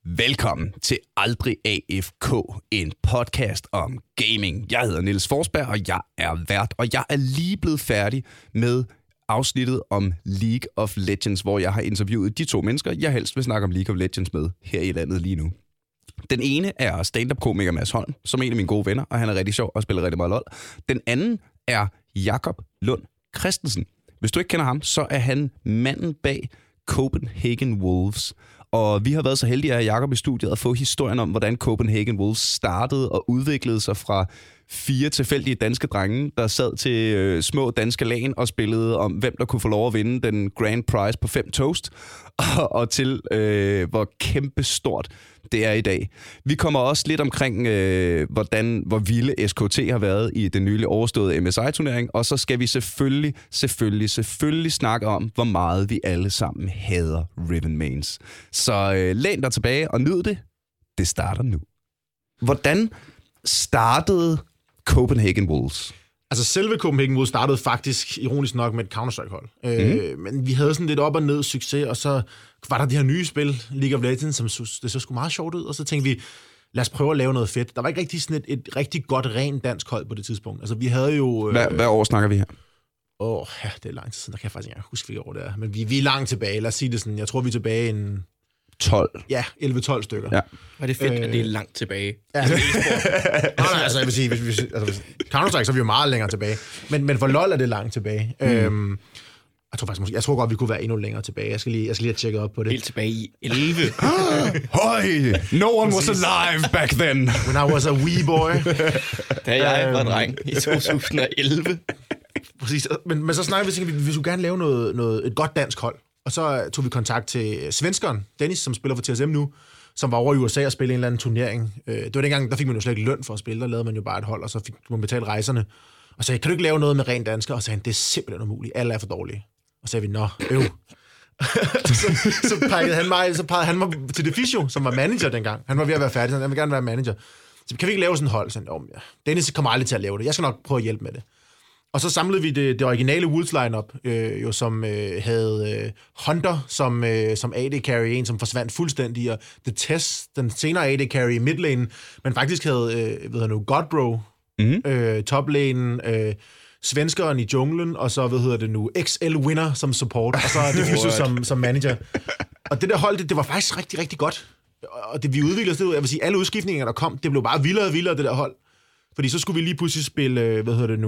Velkommen til Aldrig AFK, en podcast om gaming. Jeg hedder Niels Forsberg, og jeg er vært, og jeg er lige blevet færdig med afsnittet om League of Legends, hvor jeg har interviewet de to mennesker, jeg helst vil snakke om League of Legends med her i landet lige nu. Den ene er stand-up-komiker Mads Holm, som er en af mine gode venner, og han er rigtig sjov og spiller rigtig meget LOL. Den anden er Jakob Lund Christensen. Hvis du ikke kender ham, så er han manden bag Copenhagen Wolves. Og vi har været så heldige at Jakob i studiet at få historien om, hvordan Copenhagen Wolves startede og udviklede sig fra 4 tilfældige danske drenge, der sad til små danske lagen og spillede om, hvem der kunne få lov at vinde den grand prize på 5 toast, og til hvor kæmpestort det er i dag. Vi kommer også lidt omkring, hvor vilde SKT har været i den nylig overståede MSI-turnering, og så skal vi selvfølgelig snakke om, hvor meget vi alle sammen hader Riven Mains. Så læn dig tilbage og nyd det. Det starter nu. Hvordan startede Copenhagen Wolves? Altså selve Copenhagen Wolves startede faktisk, ironisk nok, med et Counter-Strike-hold. Men vi havde sådan lidt op og ned succes, og så var der det her nye spil, League of Legends, som det så sgu meget sjovt ud, og så tænkte vi, lad os prøve at lave noget fedt. Der var ikke rigtig sådan et rigtig godt, rent dansk hold på det tidspunkt. Altså vi havde jo... Hvad år snakker vi her? Ja, det er lang tid siden, der kan jeg faktisk ikke huske, hvilket år det er. Men vi er langt tilbage, lad os sige det sådan. Jeg tror, vi er tilbage en... 12. Ja, 11-12 stykker. Ja. Og det er fedt, at det er langt tilbage. Ja. Nej, altså jeg vil sige, hvis Counter-Strike, så er vi jo meget længere tilbage. Men for LoL er det langt tilbage. Jeg tror godt, vi kunne være endnu længere tilbage. Jeg skal lige have tjekket op på det. Helt tilbage i 11. Høj! No one was alive back then. When I was a wee boy. Da jeg var dreng i 2011. Præcis. Men så snakkede vi skulle gerne lave et godt dansk hold. Og så tog vi kontakt til svenskeren, Dennis, som spiller for TSM nu, som var over i USA og spille en eller anden turnering. Det var dengang, der fik man jo slet ikke løn for at spille, der lavede man jo bare et hold, og så fik man betale rejserne. Og så sagde, kan du ikke lave noget med rent dansker? Og så sagde han, det er simpelthen umuligt, alle er for dårlige. Og så sagde vi, så pegede han mig til Defisio, som var manager dengang. Han var ved at være færdig, så han vil gerne være manager. Så kan vi ikke lave sådan et hold? Så ja. Dennis kommer aldrig til at lave det, jeg skal nok prøve at hjælpe med det. Og så samlede vi det originale Wolves lineup, som havde Hunter som AD carry, en som forsvandt fuldstændig, og The Test, den senere AD carry i midlane, men faktisk havde Godbro, toplanen, svenskeren i junglen, og så XL Winner som support, og så Diffuser som manager. Og det der hold, det var faktisk rigtig, rigtig godt. Og det vi udviklede os, jeg vil sige, alle udskiftninger, der kom, det blev bare vildere og vildere, det der hold. Fordi så skulle vi lige pludselig spille,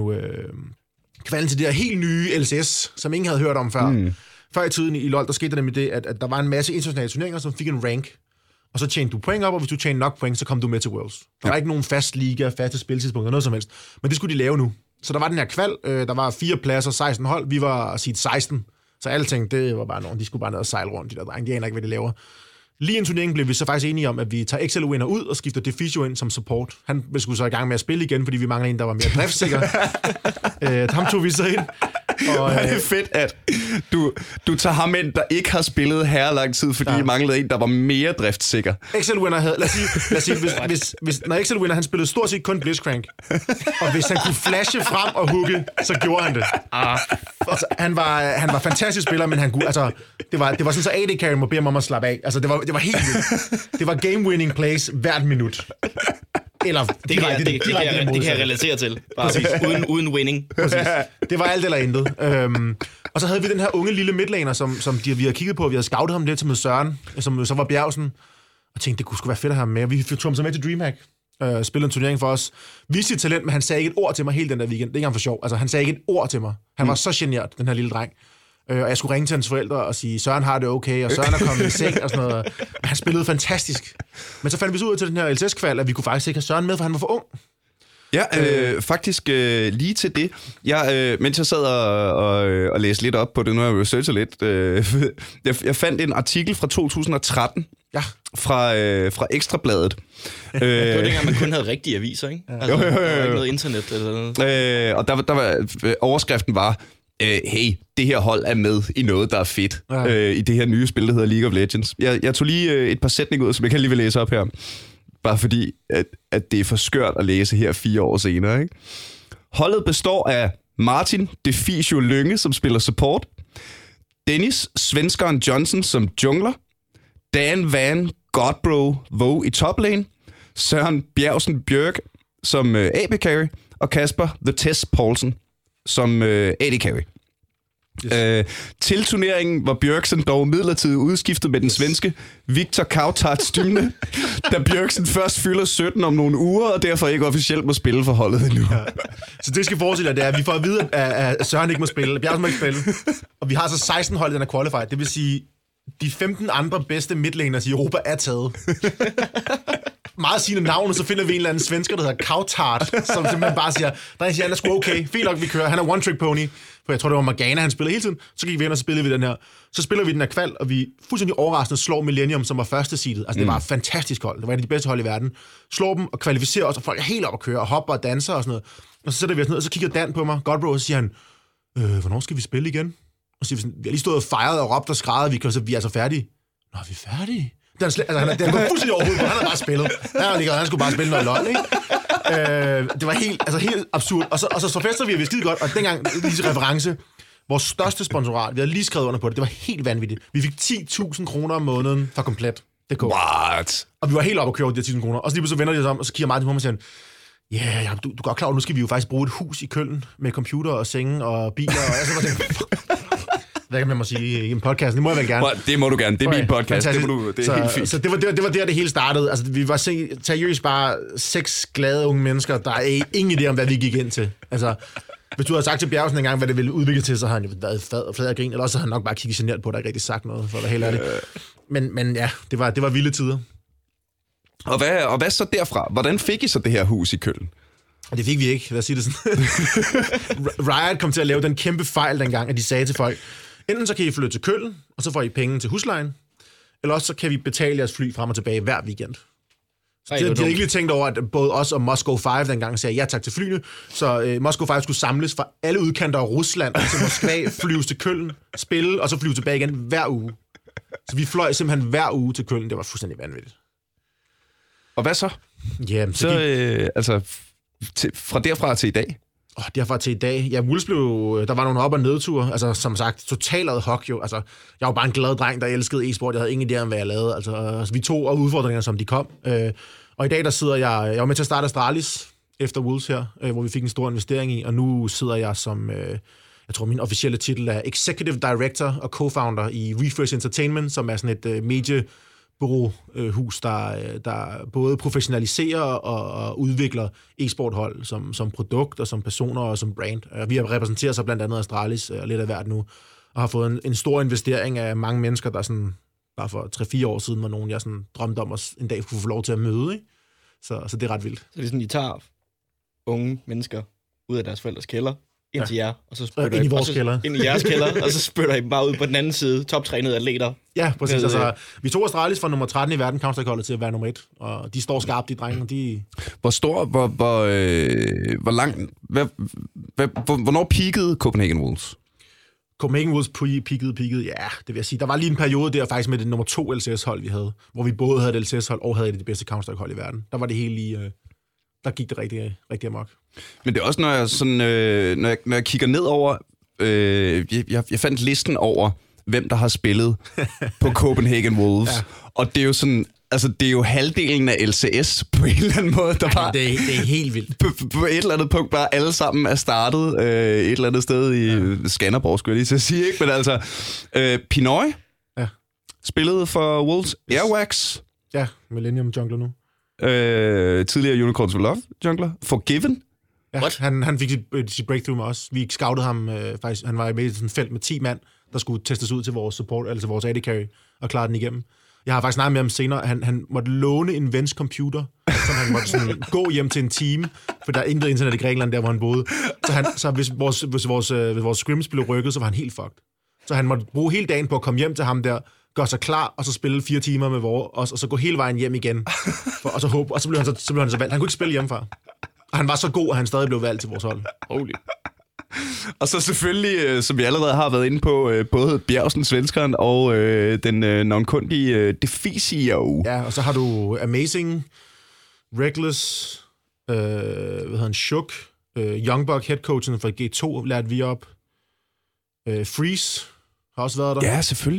kvalden til det der helt nye LCS, som ingen havde hørt om før. Før i tiden i LoL, der skete der nemlig det, at der var en masse internationale turneringer, som fik en rank. Og så tjente du point op, og hvis du tjente nok point, så kom du med til Worlds. Der var ikke nogen fast liga, faste spiltidspunkter, noget som helst. Men det skulle de lave nu. Så der var den her kval, der var 4 pladser, 16 hold. Vi var seed 16. Så alle tænkte, det var bare nogen, de skulle bare ned og sejle rundt, de der drenge. De aner ikke, hvad de laver. Lige en turnering blev vi så faktisk enige om, at vi tager XL Winner ud og skifter Defisio ind som support. Han skulle så i gang med at spille igen, fordi vi mangler en, der var mere driftsikker. Ham tog vi så ind. Og det er fedt, at du tager ham ind, der ikke har spillet her lang tid, fordi I manglede en, der var mere driftsikker. XL Winner havde, lad os sige hvis når XL Winner, han spillede stort set kun Blitzcrank, og hvis han kunne flashe frem og hugge, så gjorde han det. Altså, han var fantastisk spiller, men han kunne, altså, det var sådan, så AD carry må bede ham om at slappe af. Altså, det var helt vildt. Det var game-winning plays hvert minut. Eller det kan jeg relatere til. Bare uden winning. Præcis. Det var alt eller intet. Og så havde vi den her unge lille midlaner, som vi havde kigget på. Vi havde scoutet ham lidt til med Søren, som så var Bjergsen. Og tænkte, det kunne sgu være fedt at have ham med. Vi tog ham så med til DreamHack. Spillede en turnering for os. Viste sit talent, men han sagde ikke et ord til mig hele den der weekend. Det er ikke engang for sjov. Altså, han sagde ikke et ord til mig. Han var så genert, den her lille dreng. Og jeg skulle ringe til hans forældre og sige, Søren har det okay, og Søren er kommet i seng og sådan noget. Og han spillede fantastisk. Men så fandt vi så ud til den her LCS-kval, at vi kunne faktisk ikke have Søren med, for han var for ung. Ja, faktisk lige til det. Mens jeg sad og læste lidt op på det, nu har jeg researchet lidt. Jeg fandt en artikel fra 2013 fra Ekstrabladet. Det var dengang, man kun havde rigtige aviser, ikke? Altså, der var ikke noget internet eller noget. Og der var, overskriften var, hey, det her hold er med i noget, der er fedt. I det her nye spil, der hedder League of Legends. Jeg tog lige et par sætninger ud, som jeg kan lige vil læse op her. Bare fordi, at det er for skørt at læse her 4 år senere. Ikke? Holdet består af Martin Defisio Lynge, som spiller support. Dennis Svenskeren Johnson som jungler. Dan Van Godbro Voe i toplane, Søren Bjergsen Bjørk som AB carry, og Kasper The Test Poulsen som AD carry. Yes. Til turneringen var Bjørksen dog midlertidigt udskiftet med den svenske Victor Kautart Stymne, da Bjørksen først fylder 17 om nogle uger, og derfor ikke officielt må spille for holdet endnu. Ja. Så det skal forestille dig, det er, at vi får at vide, at Søren ikke må spille, Bjørksen må ikke spille, og vi har så 16 hold i den her qualified. Det vil sige, de 15 andre bedste midtlaners i Europa er taget. Meget sigende navne, så finder vi en eller anden svensker, der hedder Kautart, som simpelthen bare siger, han er sgu okay, fint nok, vi kører, han er one-trick pony, for jeg tror, det var Morgana, han spiller hele tiden, så gik vi ind og så spillede vi den her. Så spiller vi den her kval, og vi fuldstændig overraskende slår Millennium, som var første seedet. Altså, det var et fantastisk hold, det var et af de bedste hold i verden. Slår dem og kvalificerer os, og folk er helt op at køre, og hopper og danser og sådan noget. Og så sætter vi os ned, og så kigger Dan på mig, Godbro, og så siger han, hvornår skal vi spille igen? Og så siger vi sådan, vi har lige stået og fejret og råbt og skræddet, vi er så færdige. Nå, vi er færdige? Han går fuldstændig overhovedet på. Han har bare spillet. Han skulle bare spille noget LOL, ikke? Det var helt absurd. Og så fester vi skide godt. Og dengang, lige til reference, vores største sponsorat, vi havde lige skrevet under på det, det var helt vanvittigt. Vi fik 10.000 kroner om måneden for komplet. What? Og vi var helt oppe at køre de 10.000 kroner. Og så lige så vender de os om, og så kigger Martin på mig og siger, ja, du er godt klar over, nu skal vi jo faktisk bruge et hus i Køln med computer og senge og biler. Og jeg så var tænkt, hvad kan man må sige i en podcast? Det må jeg vel gerne. Det må du gerne. Det er min podcast. Det er helt fint. Så det var der, det hele startede. Altså, vi var seriøst bare 6 glade unge mennesker, der er ingen idé om, hvad vi gik ind til. Altså, hvis du havde sagt til Bjergsen engang, hvad det ville udvikle til, så havde han jo været flad og grin, eller også havde han nok bare kigget genert på, der ikke rigtig sagt noget, for at være helt ærlig. Men ja, det var vilde tider. Og hvad så derfra? Hvordan fik I så det her hus i Køln? Det fik vi ikke, lad os sige det sådan. Riot kom til at lave den kæmpe fejl dengang, at de sagde til folk, enten så kan I flytte til Køln, og så får I penge til huslejen, eller også så kan vi betale jeres fly frem og tilbage hver weekend. Så de havde ikke lige tænkt over, at både os og Moscow 5 dengang sagde ja tak til flyene, så Moscow 5 skulle samles fra alle udkanter af Rusland til Moskva, flyves til Køln, spille, og så flyve tilbage igen hver uge. Så vi fløj simpelthen hver uge til Køln. Det var fuldstændig vanvittigt. Og hvad så? Jamen, så fra derfra til i dag? Derfra til i dag. Ja, Wolves der var nogle op- og nedture. Altså, som sagt, totalt ad hoc jo. Altså, jeg var bare en glad dreng, der elskede e-sport. Jeg havde ingen idé om, hvad jeg lavede. Altså, vi tog udfordringer, som de kom. Og i dag, der sidder jeg var med til at starte Astralis efter Wolves her, hvor vi fik en stor investering i, og nu sidder jeg som, jeg tror, min officielle titel er Executive Director og Co-founder i Refresh Entertainment, som er sådan et mediebureauhus, der både professionaliserer og udvikler e-sporthold som produkt og som personer og som brand. Vi har repræsenteret så blandt andet Astralis og lidt af hvert nu, og har fået en stor investering af mange mennesker, der sådan, bare for 3-4 år siden var nogen, jeg sådan drømte om at en dag kunne få lov til at møde. Ikke? Så det er ret vildt. Så det er sådan, I tager unge mennesker ud af deres forældres kælder, ind til jer, og så spytter ind i vores kælder. Ind i jeres kælder, og så spytter I dem bare ud på den anden side, toptrænede atleter. Ja, præcis. Altså, vi tog Astralis fra nummer 13 i verden, Counter-Strike-holdet, til at være nummer 1, og de står skarpt, de drenge, de... Hvor lang... Hvornår peakede Copenhagen Wolves? Copenhagen Wolves peakede, ja, det vil jeg sige. Der var lige en periode der faktisk med det nummer 2 LCS-hold, vi havde, hvor vi både havde et LCS-hold og havde et af de bedste Counter-Strike-hold i verden. Der var det hele lige... Der gik det rigtig amok. Men det er også, når jeg kigger ned over... Jeg fandt listen over, hvem der har spillet på Copenhagen Wolves. Ja. Og det er jo sådan... Altså, det er jo halvdelen af LCS på en eller anden måde, der bare... Det er helt vildt. På et eller andet punkt bare alle sammen er startet et eller andet sted i Skanderborg, skulle jeg lige til at sige, ikke? Men altså, Pinoy spillede for Wolves. Yes. Airwax. Ja, Millennium Jungler nu. Tidligere Unicorns of Love Jungler. Forgiven. Ja, han fik sit breakthrough med os. Vi scoutede ham faktisk. Han var med i sådan et felt med 10 mand, der skulle testes ud til vores support, altså vores AD carry, og klare den igennem. Jeg har faktisk snakket med ham senere. Han måtte låne en vens computer, så han måtte sådan gå hjem til en time, for der er intet internet i Grækenland, der hvor han boede. Så hvis vores scrims blev rykket, så var han helt fucked. Så han måtte bruge hele dagen på at komme hjem til ham der, gøre sig klar, og så spille 4 timer med os, og så gå hele vejen hjem igen. Og så blev han så valgt. Han kunne ikke spille hjemmefra. Og han var så god, at han stadig blev valgt til vores hold. Holy. Og så selvfølgelig, som vi allerede har været inde på, både Bjergsen, svenskeren, og den navnkundige Defizio. Ja, og så har du Amazing, Reckless, Shook, Youngbuck, headcoachen fra G2, lærte vi op. Freeze har også været der. Ja, selvfølgelig.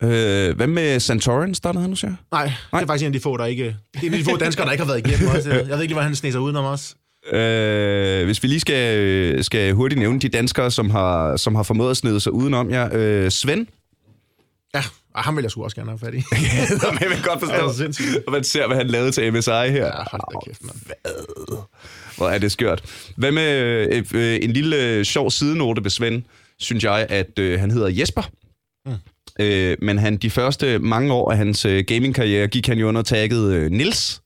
Hvad med Santorin, startede han nu, siger? Nej, det er faktisk en af de få, der ikke... Det er en af de få danskere, der ikke har været igennem også. Jeg ved ikke lige, hvad han sneser udenom os. Hvis vi lige skal hurtigt nævne de danskere, som har formået at snede sig udenom jer. Svend? Ja, ham vil jeg sgu også gerne have fat i. Jeg vil godt forstå, og man ser, hvad han lavede til MSI her. Ja, hold da kæft, mand. Hvor er det skørt. Hvad med en lille sjov sidenote ved Svend, synes jeg, at han hedder Jesper. Men han de første mange år af hans gamingkarriere gik han jo under tagget Nils.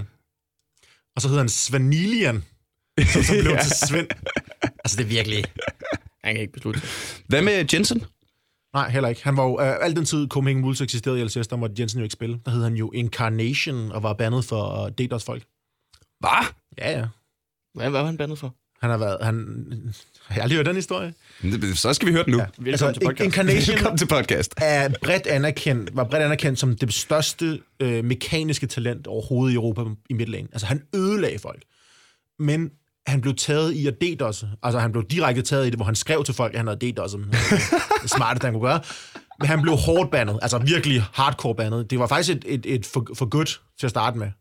Og så hedder han Svanilian, som så blev til Svend. Altså, det er virkelig... Han kan ikke beslutte. Hvad med Jensen? Nej, heller ikke. Han var jo al den tid, Copenhagen Wolves eksisterede i LCS, der måtte Jensen jo ikke spille. Der hed han jo Incarnation og var bandet for DDoS-folk. Hvad? Ja. Hvad var han bandet for? Han har været... Har jeg aldrig hørt den historie? Så skal vi høre den nu. Ja. Velkommen til podcast. Incarnation til podcast. var bredt anerkendt som det største mekaniske talent overhovedet i Europa i midtlanen. Altså, han ødelagde folk. Men han blev taget i at DDoS'e. Altså, han blev direkte taget i det, hvor han skrev til folk, at han havde DDoS'et. Det smarteste, han kunne gøre. Men han blev hårdt bandet. Altså, virkelig hardcore bandet. Det var faktisk et for godt til at starte med.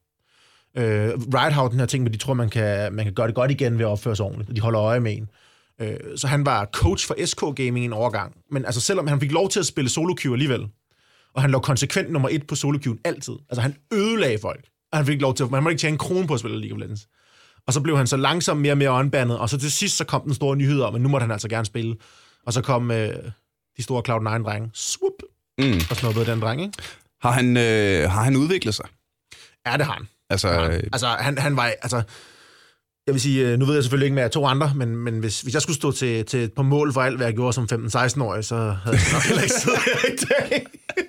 Riot har den her ting, hvor de tror, man kan gøre det godt igen ved at opføre sig ordentligt. De holder øje med en. Så han var coach for SK Gaming i en overgang. Men altså, selvom han fik lov til at spille solo queue alligevel, og han lå konsekvent nummer 1 på solo queuen altid. Altså, han ødelagde folk. Og han fik lov til, man måtte ikke tjene en krone på at spille League of Legends. Og så blev han så langsomt mere og mere unbandet, og så til sidst så kom den store nyhed om, at nu måtte han altså gerne spille. Og så kom de store Cloud9-drenge, swoop, og snuppede den dreng, ikke? Har han udviklet sig? Ja, det har han. Altså, han var... Altså, jeg vil sige, nu ved jeg selvfølgelig ikke med 2 andre, men hvis jeg skulle stå til på mål for alt, hvad jeg gjorde som 15-16-årig, så havde jeg nok heller ikke siddet her i dag.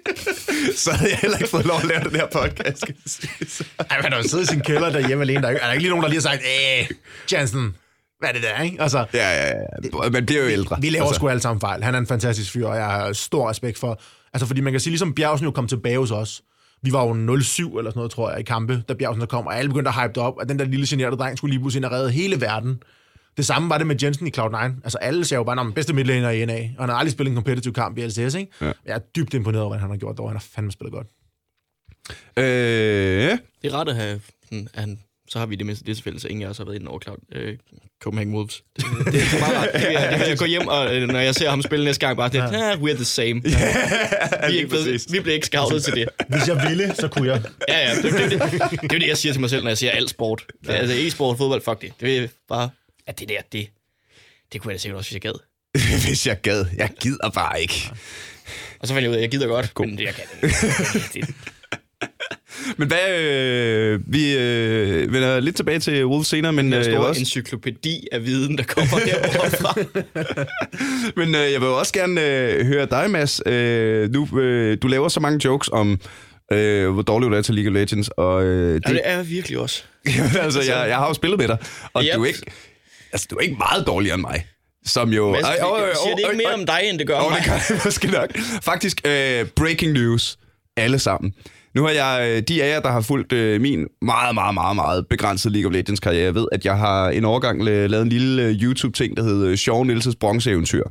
Så havde jeg heller ikke fået lov at lave den her podcast. Han har jo siddet i sin kælder derhjemme alene. Er der ikke lige nogen, der lige har sagt, Jensen, hvad er det der, ikke? Altså, ja. Man bliver jo ældre. Vi laver sgu alle sammen fejl. Han er en fantastisk fyr, og jeg har stor respekt for... Altså, fordi man kan sige, ligesom Bjergsen jo kom tilbage hos os. Vi var jo 0-7 eller sådan noget, tror jeg, i kampe, da Bjergsen så kom, og alle begyndte at hype det op, at den der lille generede dreng skulle lige pludselig redde hele verden. Det samme var det med Jensen i Cloud9. Altså, alle ser jo bare, den bedste midlaner i NA, og han har aldrig spillet en competitive kamp i LCS, ikke? Ja. Jeg er dybt imponeret over, hvad han har gjort, og han har fandme spillet godt. Ja. Det er rart at have... Så har vi det mindste det tilfælde, så ingen af os har været inde over Copenhagen Wolves. Det er bare rart. Det vil jeg gå hjem, og når jeg ser ham spille næste gang, bare det, we're the same. Vi blev ikke scoutet til det. Hvis jeg ville, så kunne jeg. Ja, det er det, jeg siger til mig selv, når jeg siger alt sport. Ja. Altså e-sport, fodbold, fuck det. Det er bare, at det kunne jeg da sikkert også, hvis jeg gad. Hvis jeg gad. Jeg gider bare ikke. Og så fandt jeg ud af, at jeg gider godt, men det jeg kan ikke. Men vi vender lidt tilbage til Wolves senere, men en stor encyklopædi af viden, der kommer derovre fra. Men jeg vil også gerne høre dig, Mads. Du laver så mange jokes om, hvor dårlig du er til League of Legends. Og, det er jeg virkelig også. Altså, jeg har jo spillet med dig, og du er ikke meget dårligere end mig. Som jo... Mads, siger det ikke mere om dig, end det gør om mig? Det gør det måske nok. Faktisk, breaking news. Alle sammen. Nu har jeg, de af jer, der har fulgt min meget, meget, meget, meget begrænsede League of Legends karriere, ved, at jeg har en overgang lavet en lille YouTube-ting, der hedder Sjov Nielses bronzeeventyr.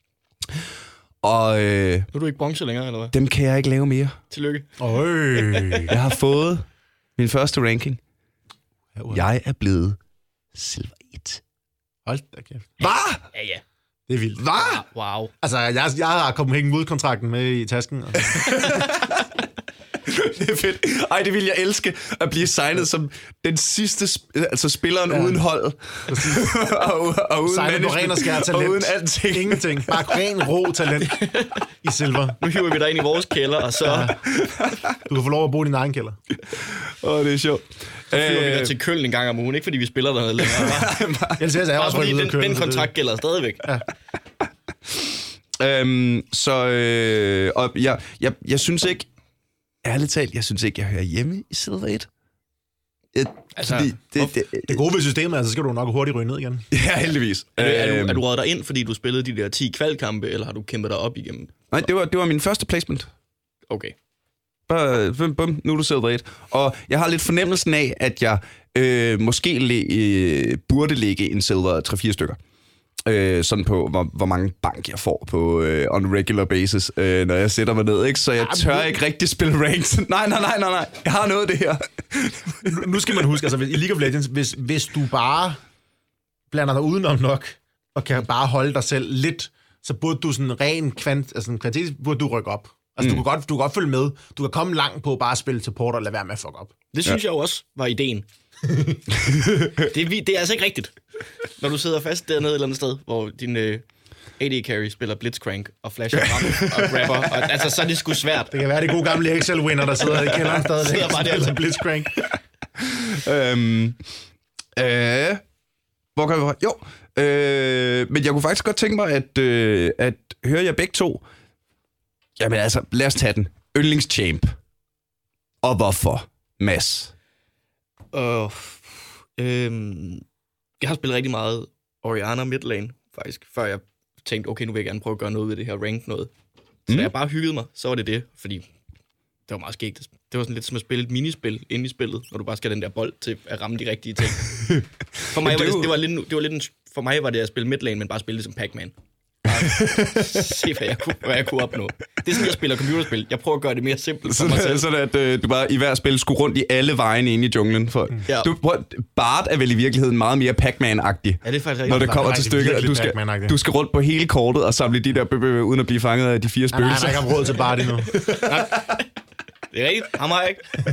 Og... Nu er du ikke bronze længere, eller hvad? Dem kan jeg ikke lave mere. Tillykke. Jeg har fået min første ranking. Jeg er blevet Silver 1. Hold da kæft. Hvad? Ja. Det er vildt. Hvad? Wow. Altså, jeg har Copenhagen Wolves-kontrakten med i tasken. Det er fedt. Ej, det vil jeg elske, at blive signet som den sidste, spilleren uden hold. og uden signet på ren og skær talent. Og uden alting. Ingenting. Bare ren, rå talent i silver. Nu hiver vi dig ind i vores kælder, og så... Ja. Du kan få lov at bo i din egen kælder. Det er sjovt. Så flyver vi der til Køln en gang om ugen, ikke fordi vi spiller der længere. Bare fordi den kontrakt gælder stadigvæk. Ja. Og jeg synes ikke, ærligt talt, jeg hører hjemme i Silver 1. Det gode ved systemet, så skal du nok hurtigt ryge ned igen. Ja, heldigvis. Er du røget dig ind, fordi du spillede de der 10 kvalkampe, eller har du kæmpet dig op igennem? Nej, det var min første placement. Okay. Bare, bum, nu er du Silver 1. Og jeg har lidt fornemmelsen af, at jeg måske burde ligge en Silver 3-4 stykker. sådan på, hvor mange bank jeg får på on regular basis, når jeg sætter mig ned, ikke? Så jeg tør ikke rigtig spille ranked. Nej. Jeg har noget af det her. Nu skal man huske, altså i League of Legends, hvis du bare blander dig udenom nok, og kan bare holde dig selv lidt, så burde du sådan ren kvalitet, burde du rykke op. Altså, du kan godt følge med. Du kan komme langt på bare at spille support og lade være med at fuck op. Det synes jeg jo også var ideen. det er altså ikke rigtigt. Når du sidder fast dernede et eller andet sted, hvor din AD carry spiller blitzcrank og flasher frem og grabber, og, altså, så er det sgu svært. Det kan være de gode gamle Excel-winner, der sidder i kælderen stadig. Sidder bare der til blitzcrank. Hvor kan vi... Jo. Men jeg kunne faktisk godt tænke mig at høre jer begge to. Jamen altså, lad os tage den. Yndlingschamp. Og hvorfor, Mads? Jeg har spillet rigtig meget Orianna midlane, faktisk, før jeg tænkte, okay, nu vil jeg gerne prøve at gøre noget ved det her rank noget. Så jeg bare hyggede mig, så var det, fordi det var meget skægt. Det var sådan lidt som at spille et minispil inde i spillet, når du bare skal have den der bold til at ramme de rigtige ting. For mig for mig var det at spille midlane, men bare spille det som Pac-Man. Se, hvad jeg kunne opnå. Det er sådan, jeg spiller computerspil. Jeg prøver at gøre det mere simpelt for mig selv. Sådan at du bare i hver spil skulle rundt i alle vejene inde i junglen. Ja. Bart er vel i virkeligheden meget mere Pac-Man-agtig. Ja, det er faktisk når det kommer til stykket. Du skal rundt på hele kortet og samle de der uden at blive fanget af de 4 spøgelser. Nej, jeg har ikke råd til Bart endnu. Det er rigtigt. Ham har jeg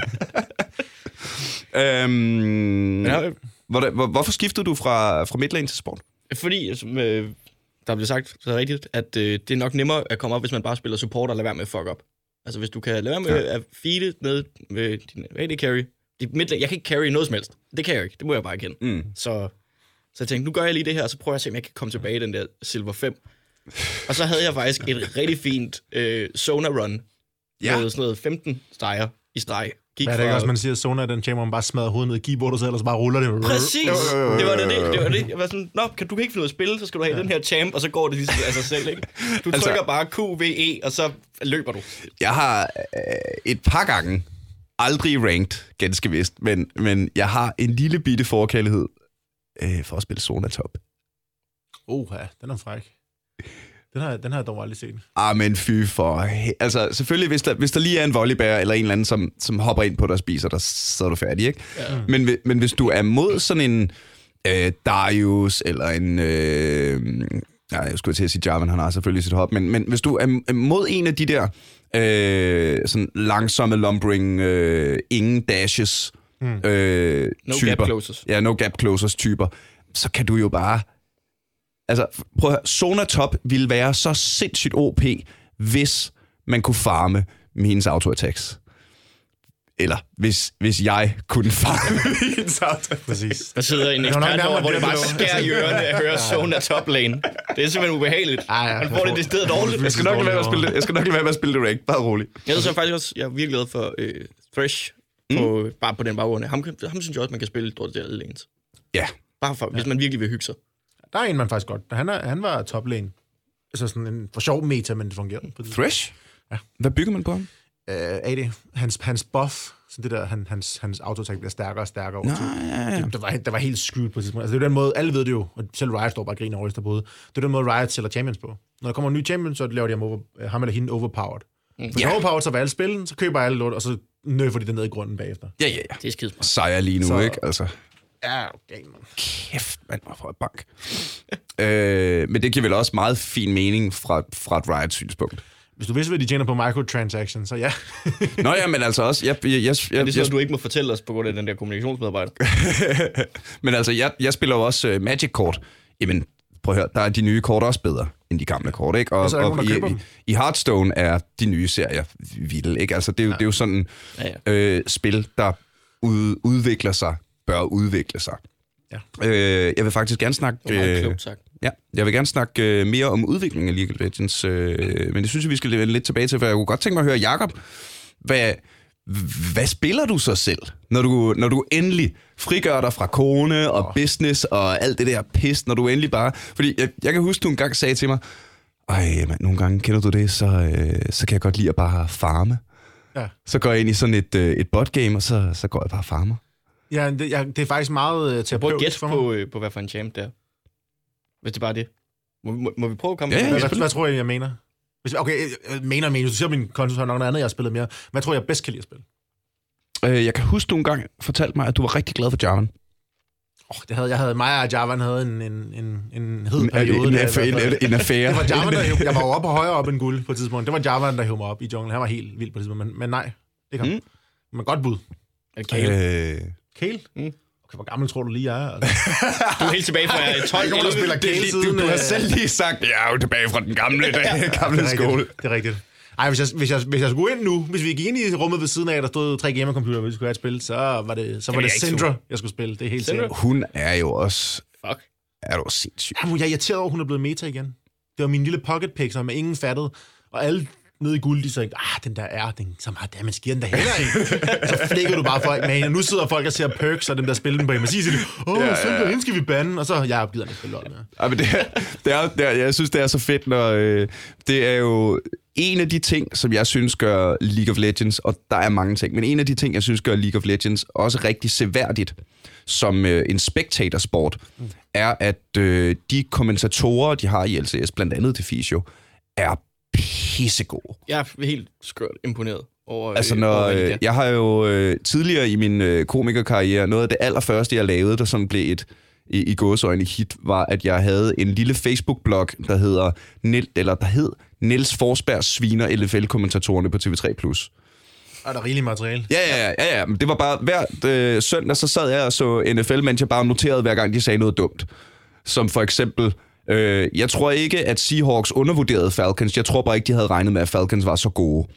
ikke. Hvorfor skiftede du fra midlane til support? Fordi, som der blev sagt, så er det rigtigt, at det er nok nemmere at komme op, hvis man bare spiller support og lade være med at fuck op. Altså, hvis du kan lade være med at feede med din AD carry. Jeg kan ikke carry noget som helst. Det kan jeg ikke. Det må jeg bare erkende. Så jeg tænkte, nu gør jeg lige det her, og så prøver jeg at se, om jeg kan komme tilbage i den der Silver 5. Og så havde jeg faktisk et rigtig fint Zona run med sådan noget 15 streger i streg. Hvad er det ikke også, man siger, at Zona er den chamber, man bare smadrer hovedet ned i keyboardet, så ellers bare ruller det. Præcis! Det var det. Jeg var sådan, du kan ikke finde ud af at spille, så skal du have den her champ, og så går det ligesom af sig selv, ikke? Du trykker bare QVE, og så løber du. Jeg har et par gange aldrig ranked, ganske vist, men jeg har en lille bitte forkærlighed for at spille Zona top. Ja, den er fræk. Den har jeg dog aldrig set. Men fy for... Altså, selvfølgelig, hvis der lige er en volleybær eller en eller anden, som hopper ind på dig og spiser dig, så er du færdig, ikke? Ja. Men hvis du er mod sådan en Darius, eller en... jeg skulle til at sige Jarvan, han har selvfølgelig sit hop, men hvis du er mod en af de der sådan langsomme lumbering, ingen dashes no gap closers. Ja, no gap closers typer, så kan du jo bare... Altså, prøv at høre, Zona top ville være så sindssygt OP, hvis man kunne farme med hendes auto-attacks. Eller hvis jeg kunne farme med hendes auto-attacks. Præcis. Der sidder en ekspert over, hvor det bare skærer i ørerne at høre Zona top lane. Det er simpelthen ubehageligt. Man får det stedet dårligt. Jeg skal nok lade være med at spille det rank. Bare roligt. Jeg så faktisk også, jeg er virkelig glad for Thresh. Bare på den baggrund. Ham synes jeg også, man kan spille stort set alle lanes. Ja. Bare for, hvis man virkelig vil hygge sig. Der er en, man faktisk godt. Han var top lane. Altså sådan en for sjov meta, men det fungerede. Thresh? Ja. Hvad bygger man på ham? AD. Hans buff, så det der, hans autoattack bliver stærkere og stærkere over tid. Ja. Det var helt skjult på tidspunkt. Altså det er den måde, alle ved det jo, og selv Riot står bare og griner over i hovedet. Det er den måde, Riot sælger champions på. Når der kommer en ny champion, så laver de ham eller hende overpowered. Hvis overpowered, så vil alle spille, så køber alle lort, og så nøffer de det ned i grunden bagefter. Ja. Det er skidesmart. Sejr lige nu, så, ikke? Altså. Ja, okay, man. Kæft, man, hvor får jeg bank. Men det giver vel også meget fin mening fra et Riot-synspunkt. Hvis du vidste, hvad de tjener på microtransactions, så ja. Nå ja, men altså også... det er sådan, du ikke må fortælle os på grund af den der kommunikationsmedarbejder. Men altså, jeg spiller jo også Magic-kort. Jamen, prøv at høre, der er de nye kort også bedre end de gamle kort, ikke? Og i Hearthstone er de nye serier vilde, ikke? Altså, det er jo sådan spil, der udvikler sig, bør udvikle sig. Ja. Jeg vil faktisk gerne snakke... Ja, jeg vil gerne snakke mere om udviklingen af League of Legends, men det synes jeg, vi skal vende lidt tilbage til, for jeg kunne godt tænke mig at høre, Jakob, hvad spiller du så selv, når du endelig frigør dig fra kone og business og alt det der pis, når du endelig bare... Fordi jeg kan huske, du engang sagde til mig, nogle gange kender du det, så kan jeg godt lide at bare farme. Ja. Så går jeg ind i sådan et botgame, og så går jeg bare og farmer. Ja, det er faktisk meget terapeutisk for mig. Prøv at gætte på hvad for en champ det er. Hvis det bare er det. Må vi prøve at komme? Ja, Hvad tror jeg mener? Okay, jeg mener, hvis du siger min konto, så er der noget andet, jeg har spillet mere. Hvad tror jeg bedst kan lide at spille? Jeg kan huske, du engang fortalte mig, at du var rigtig glad for Jarvan. Mig og Jarvan havde en hed periode. En affære. Det var Jarvan, jeg var jo oppe og højere op end guld på et tidspunkt. Det var Jarvan, der hævde mig op i junglen. Han var helt vild på det tidspunkt, men nej, det kom. Men godt bud. Kale? Okay, hvor gammel tror du lige er? Altså? Du er helt tilbage fra 12 år, der spiller Kale siden. Du har selv lige sagt, jeg er jo tilbage fra den gamle skole. Det er rigtigt. Ej, hvis jeg skulle ind nu, hvis vi gik ind i rummet ved siden af, der stod 3 gamercomputere, hvis vi skulle have et spil, så var det Syndra, jeg skulle spille. Det er helt sikkert. Hun er jo også... Fuck. Er du sindssygt. Jamen, jeg er irriteret over, at hun er blevet meta igen. Det var min lille pocket pick, som ingen fattede. Og alle nede i guld, de sagde, den der er, den så meget damage giver den der heller ikke. Så flækker du bare folk med. Nu sidder folk og ser perks, og dem der spiller den på MSI, siger de, Syndra, hende skal vi bande. Og så jeg opgivet den spille lol med. Ja, men jeg synes, det er så fedt, når det er jo... En af de ting, som jeg synes gør League of Legends, og der er mange ting, men en af de ting, jeg synes gør League of Legends også rigtig seværdigt som en spectatorsport, er, at de kommentatorer, de har i LCS, blandt andet til Fisio, er pissegode. Jeg er helt skørt imponeret over... Altså, jeg har jo tidligere i min komikerkarriere, noget af det allerførste, jeg lavede, der sådan blev et i gåseøjne hit, var, at jeg havde en lille Facebook-blog, der hed Niels Forsberg sviner LFL-kommentatorerne på TV3+. Er der rigeligt materiale? Ja. Men det var bare hver søndag, så sad jeg og så NFL, mens jeg bare noterede, hver gang de sagde noget dumt. Som for eksempel, jeg tror ikke, at Seahawks undervurderede Falcons. Jeg tror bare ikke, de havde regnet med, at Falcons var så gode.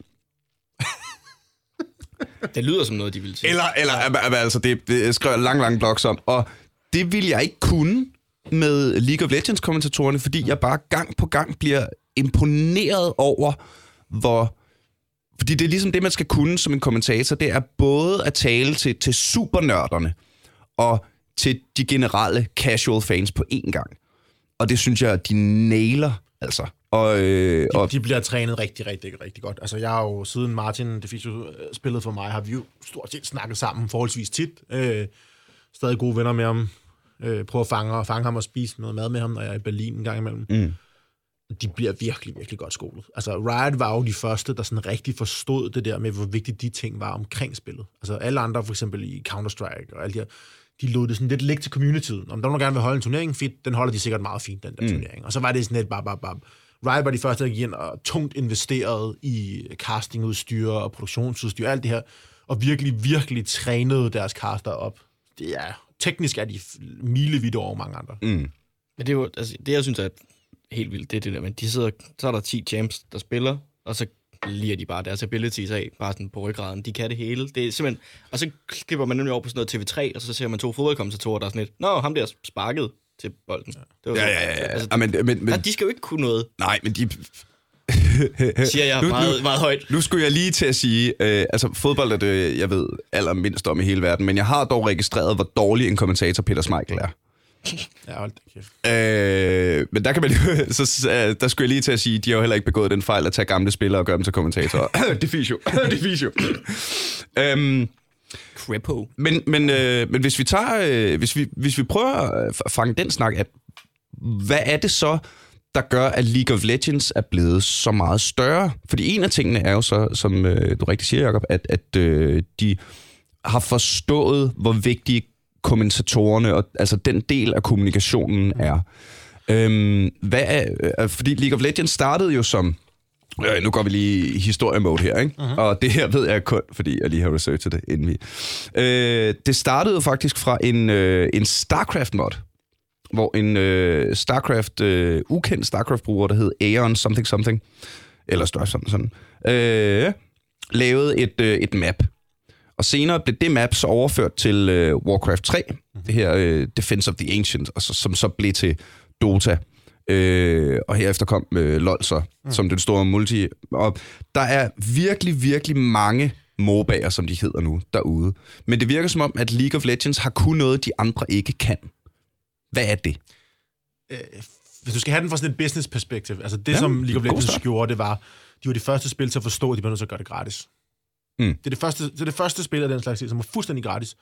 Det lyder som noget, de ville sige. Altså, det skrev jeg lang blogs om, og det ville jeg ikke kunne med League of Legends-kommentatorerne, fordi jeg bare gang på gang bliver imponeret over, fordi det er ligesom det, man skal kunne som en kommentator, det er både at tale til supernørderne og til de generelle casual fans på én gang. Og det synes jeg, de nailer, altså. De bliver trænet rigtig, rigtig, rigtig godt. Altså, jeg har jo siden Martin Defisio spillet for mig, har vi jo stort set snakket sammen forholdsvis tit. Stadig gode venner med ham. Prøve at fange ham og spise noget mad med ham, når jeg er i Berlin en gang imellem. De bliver virkelig, virkelig godt skolet. Altså, Riot var jo de første, der sådan rigtig forstod det der med, hvor vigtigt de ting var omkring spillet. Altså, alle andre, for eksempel i Counter-Strike og alle de her, de lod det sådan lidt ligge til communityet. Om der gerne vil holde en turnering, fedt, den holder de sikkert meget fint, den der turnering. Og så var det sådan lidt bare. Riot var de første, der gik ind og tungt investeret i castingudstyr og produktionsudstyr, alt det her, og virkelig, virkelig trænede deres caster op. Det er, teknisk er de milevidt over mange andre. Men det er jo, altså, det jeg synes er helt vildt, det er det der, men så er der 10 champs, der spiller, og så liger de bare deres abilities af, bare sådan på ryggraden. De kan det hele. Det er simpelthen... Og så klipper man nemlig over på sådan noget TV3, og så ser man 2 fodboldkommentatorer, der er sådan lidt, ham der sparket til bolden. Det var Altså, men de skal jo ikke kunne noget. Nej, men de... siger jeg meget højt. Nu skulle jeg lige til at sige, altså fodbold er det, jeg ved allermindst om i hele verden, men jeg har dog registreret, hvor dårlig en kommentator Peter Schmeichel er. Ja, hold da kæft. Men der kan man der skulle jeg lige til at sige, de har jo heller ikke begået den fejl at tage gamle spillere og gøre dem til kommentatorer. Defisio. Crepo. Men hvis vi tager, hvis vi prøver at fange den snak, at hvad er det så, der gør, at League of Legends er blevet så meget større? Fordi en af tingene er jo så, som du rigtig siger, Jacob, at de har forstået, hvor vigtige kommentatorerne og altså den del af kommunikationen er. Fordi League of Legends startede jo som... nu går vi lige i historiemode her, ikke? Uh-huh. Og det her ved jeg kun, fordi jeg lige har researchet det inden vi... det startede jo faktisk fra en StarCraft-mod, hvor en ukendt StarCraft-bruger, der hed Aeon something, eller sådan, lavede et map. Og senere blev det map så overført til Warcraft 3, det her Defense of the Ancient, og som så blev til Dota. Og herefter kom LoL så, som den store multi. Og der er virkelig, virkelig mange MOBA'er, som de hedder nu, derude. Men det virker som om, at League of Legends har kun noget, de andre ikke kan. Hvad er det? Hvis du skal have den fra sådan et business-perspektiv, altså det, som League of Legends gjorde, det var, de var de første spil til at forstå, at de blev nødt til at gøre det gratis. Det er det første spil af den slags, som var fuldstændig gratis.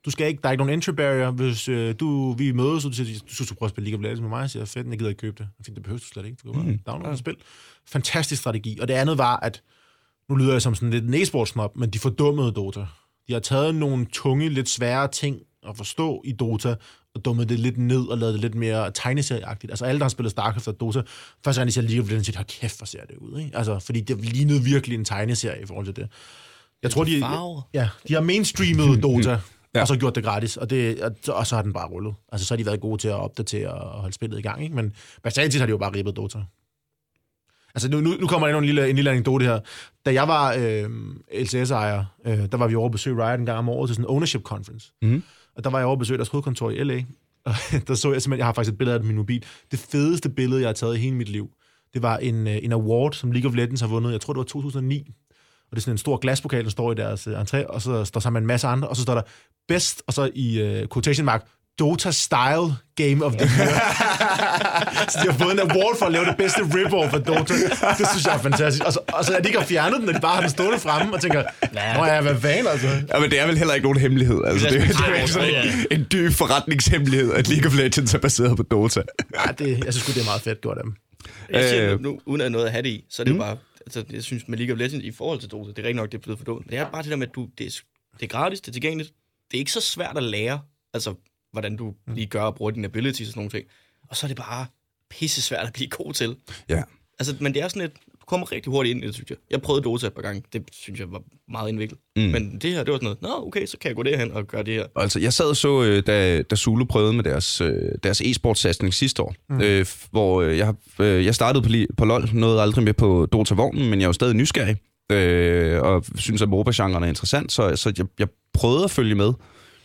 Du skal ikke, der er ikke nogen entry barrier. Hvis vi mødes, og du siger, du skal prøve at spille League of Legends med mig, så siger fedt, jeg gider ikke købe det. Jeg tænkte, det behøver du slet ikke. Du kan bare downloade og spil. Fantastisk strategi. Og det andet var, at nu lyder jeg som sådan lidt en e-sportsnob, men de fordummede Dota. De har taget nogle tunge, lidt svære ting at forstå i Dota, og dummet det lidt ned og lavet det lidt mere tegneserieagtigt. Altså alle, der har spillet StarCraft og Dota, første gang de ser League of Legends, siger, kæft, hvor ser det ud, ikke? Altså, fordi det lignede virkelig en tegneserie i forhold til det. Jeg tror, de har mainstreamet Dota, og så gjort det gratis, og så har den bare rullet. Altså, så har de været gode til at opdatere og holde spillet i gang, ikke? Men basalt har de jo bare ribbet Dota. Altså, nu kommer der en lille anekdote her. Da jeg var LCS-ejer, der var vi over at besøge Riot en gang om året til sådan en ownership conference. Mm. Og der var jeg over at besøge deres hovedkontor i LA. Og der så jeg simpelthen, jeg har faktisk et billede af det på min mobil. Det fedeste billede, jeg har taget i hele mit liv, det var en award, som League of Legends har vundet. Jeg tror, det var 2009. Og det er sådan en stor glaspokal, der står i deres entré, og så står sammen med en masse andre, og så står der best, og så i quotation mark, Dota Style Game of the Year. Så de har fået en award for at lave det bedste rip-off af Dota. Det synes jeg er fantastisk. Og så er de ikke har fjernet den, og de bare har den stående fremme og tænker, hvad fanden altså? Ja, men det er vel heller ikke nogen hemmelighed. Altså, det er sådan en dyb forretningshemmelighed, at League of Legends er baseret på Dota. Ja, jeg synes det er meget fedt gjort af dem. Jeg siger nu, uden at noget at have det i, så er det jo bare, altså jeg synes med League of Legends i forhold til Dota, det er rigtig nok, det er blevet for dumt. Det er bare det der med, at det er gratis, det er tilgængeligt. Det er ikke så svært at lære, altså hvordan du lige gør og bruger dine abilities og sådan nogle ting. Og så er det bare pisse svært at blive god til. Ja. Altså, men det er sådan et, du kommer rigtig hurtigt ind i det, synes jeg. Jeg prøvede Dota et par gange. Det synes jeg var meget indviklet. Men det her, det var sådan noget, okay, så kan jeg gå derhen og gøre det her. Altså, jeg sad og så, da Zulu prøvede med deres e-sportsatsning sidste år, hvor jeg startede på LoL, nåede aldrig med på Dota-vognen, men jeg er jo stadig nysgerrig, og synes, at MOBA-genren er interessant, så jeg prøvede at følge med.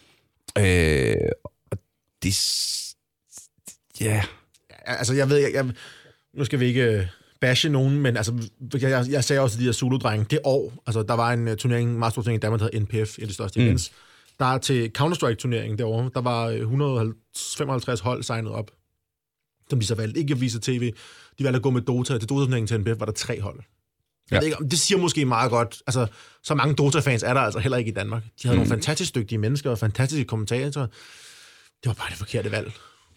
Og det... Ja... Altså, jeg ved, nu skal vi ikke bashe nogen, men altså, jeg sagde også til de her Zulu-drenge, det år, altså, der var en turnering, meget stor turnering i Danmark, der hedder NPF, et af de største events. Der er til Counter-Strike-turneringen derovre, der var 155 hold signet op, som de så valgte ikke at vise tv. De valgte at gå med Dota. Til Dota-turneringen til NPF var der 3 hold. Ja. Det siger måske meget godt, altså, så mange Dota-fans er der altså heller ikke i Danmark. De havde nogle fantastisk dygtige mennesker og fantastiske kommentatorer. Det var bare det forkerte valg.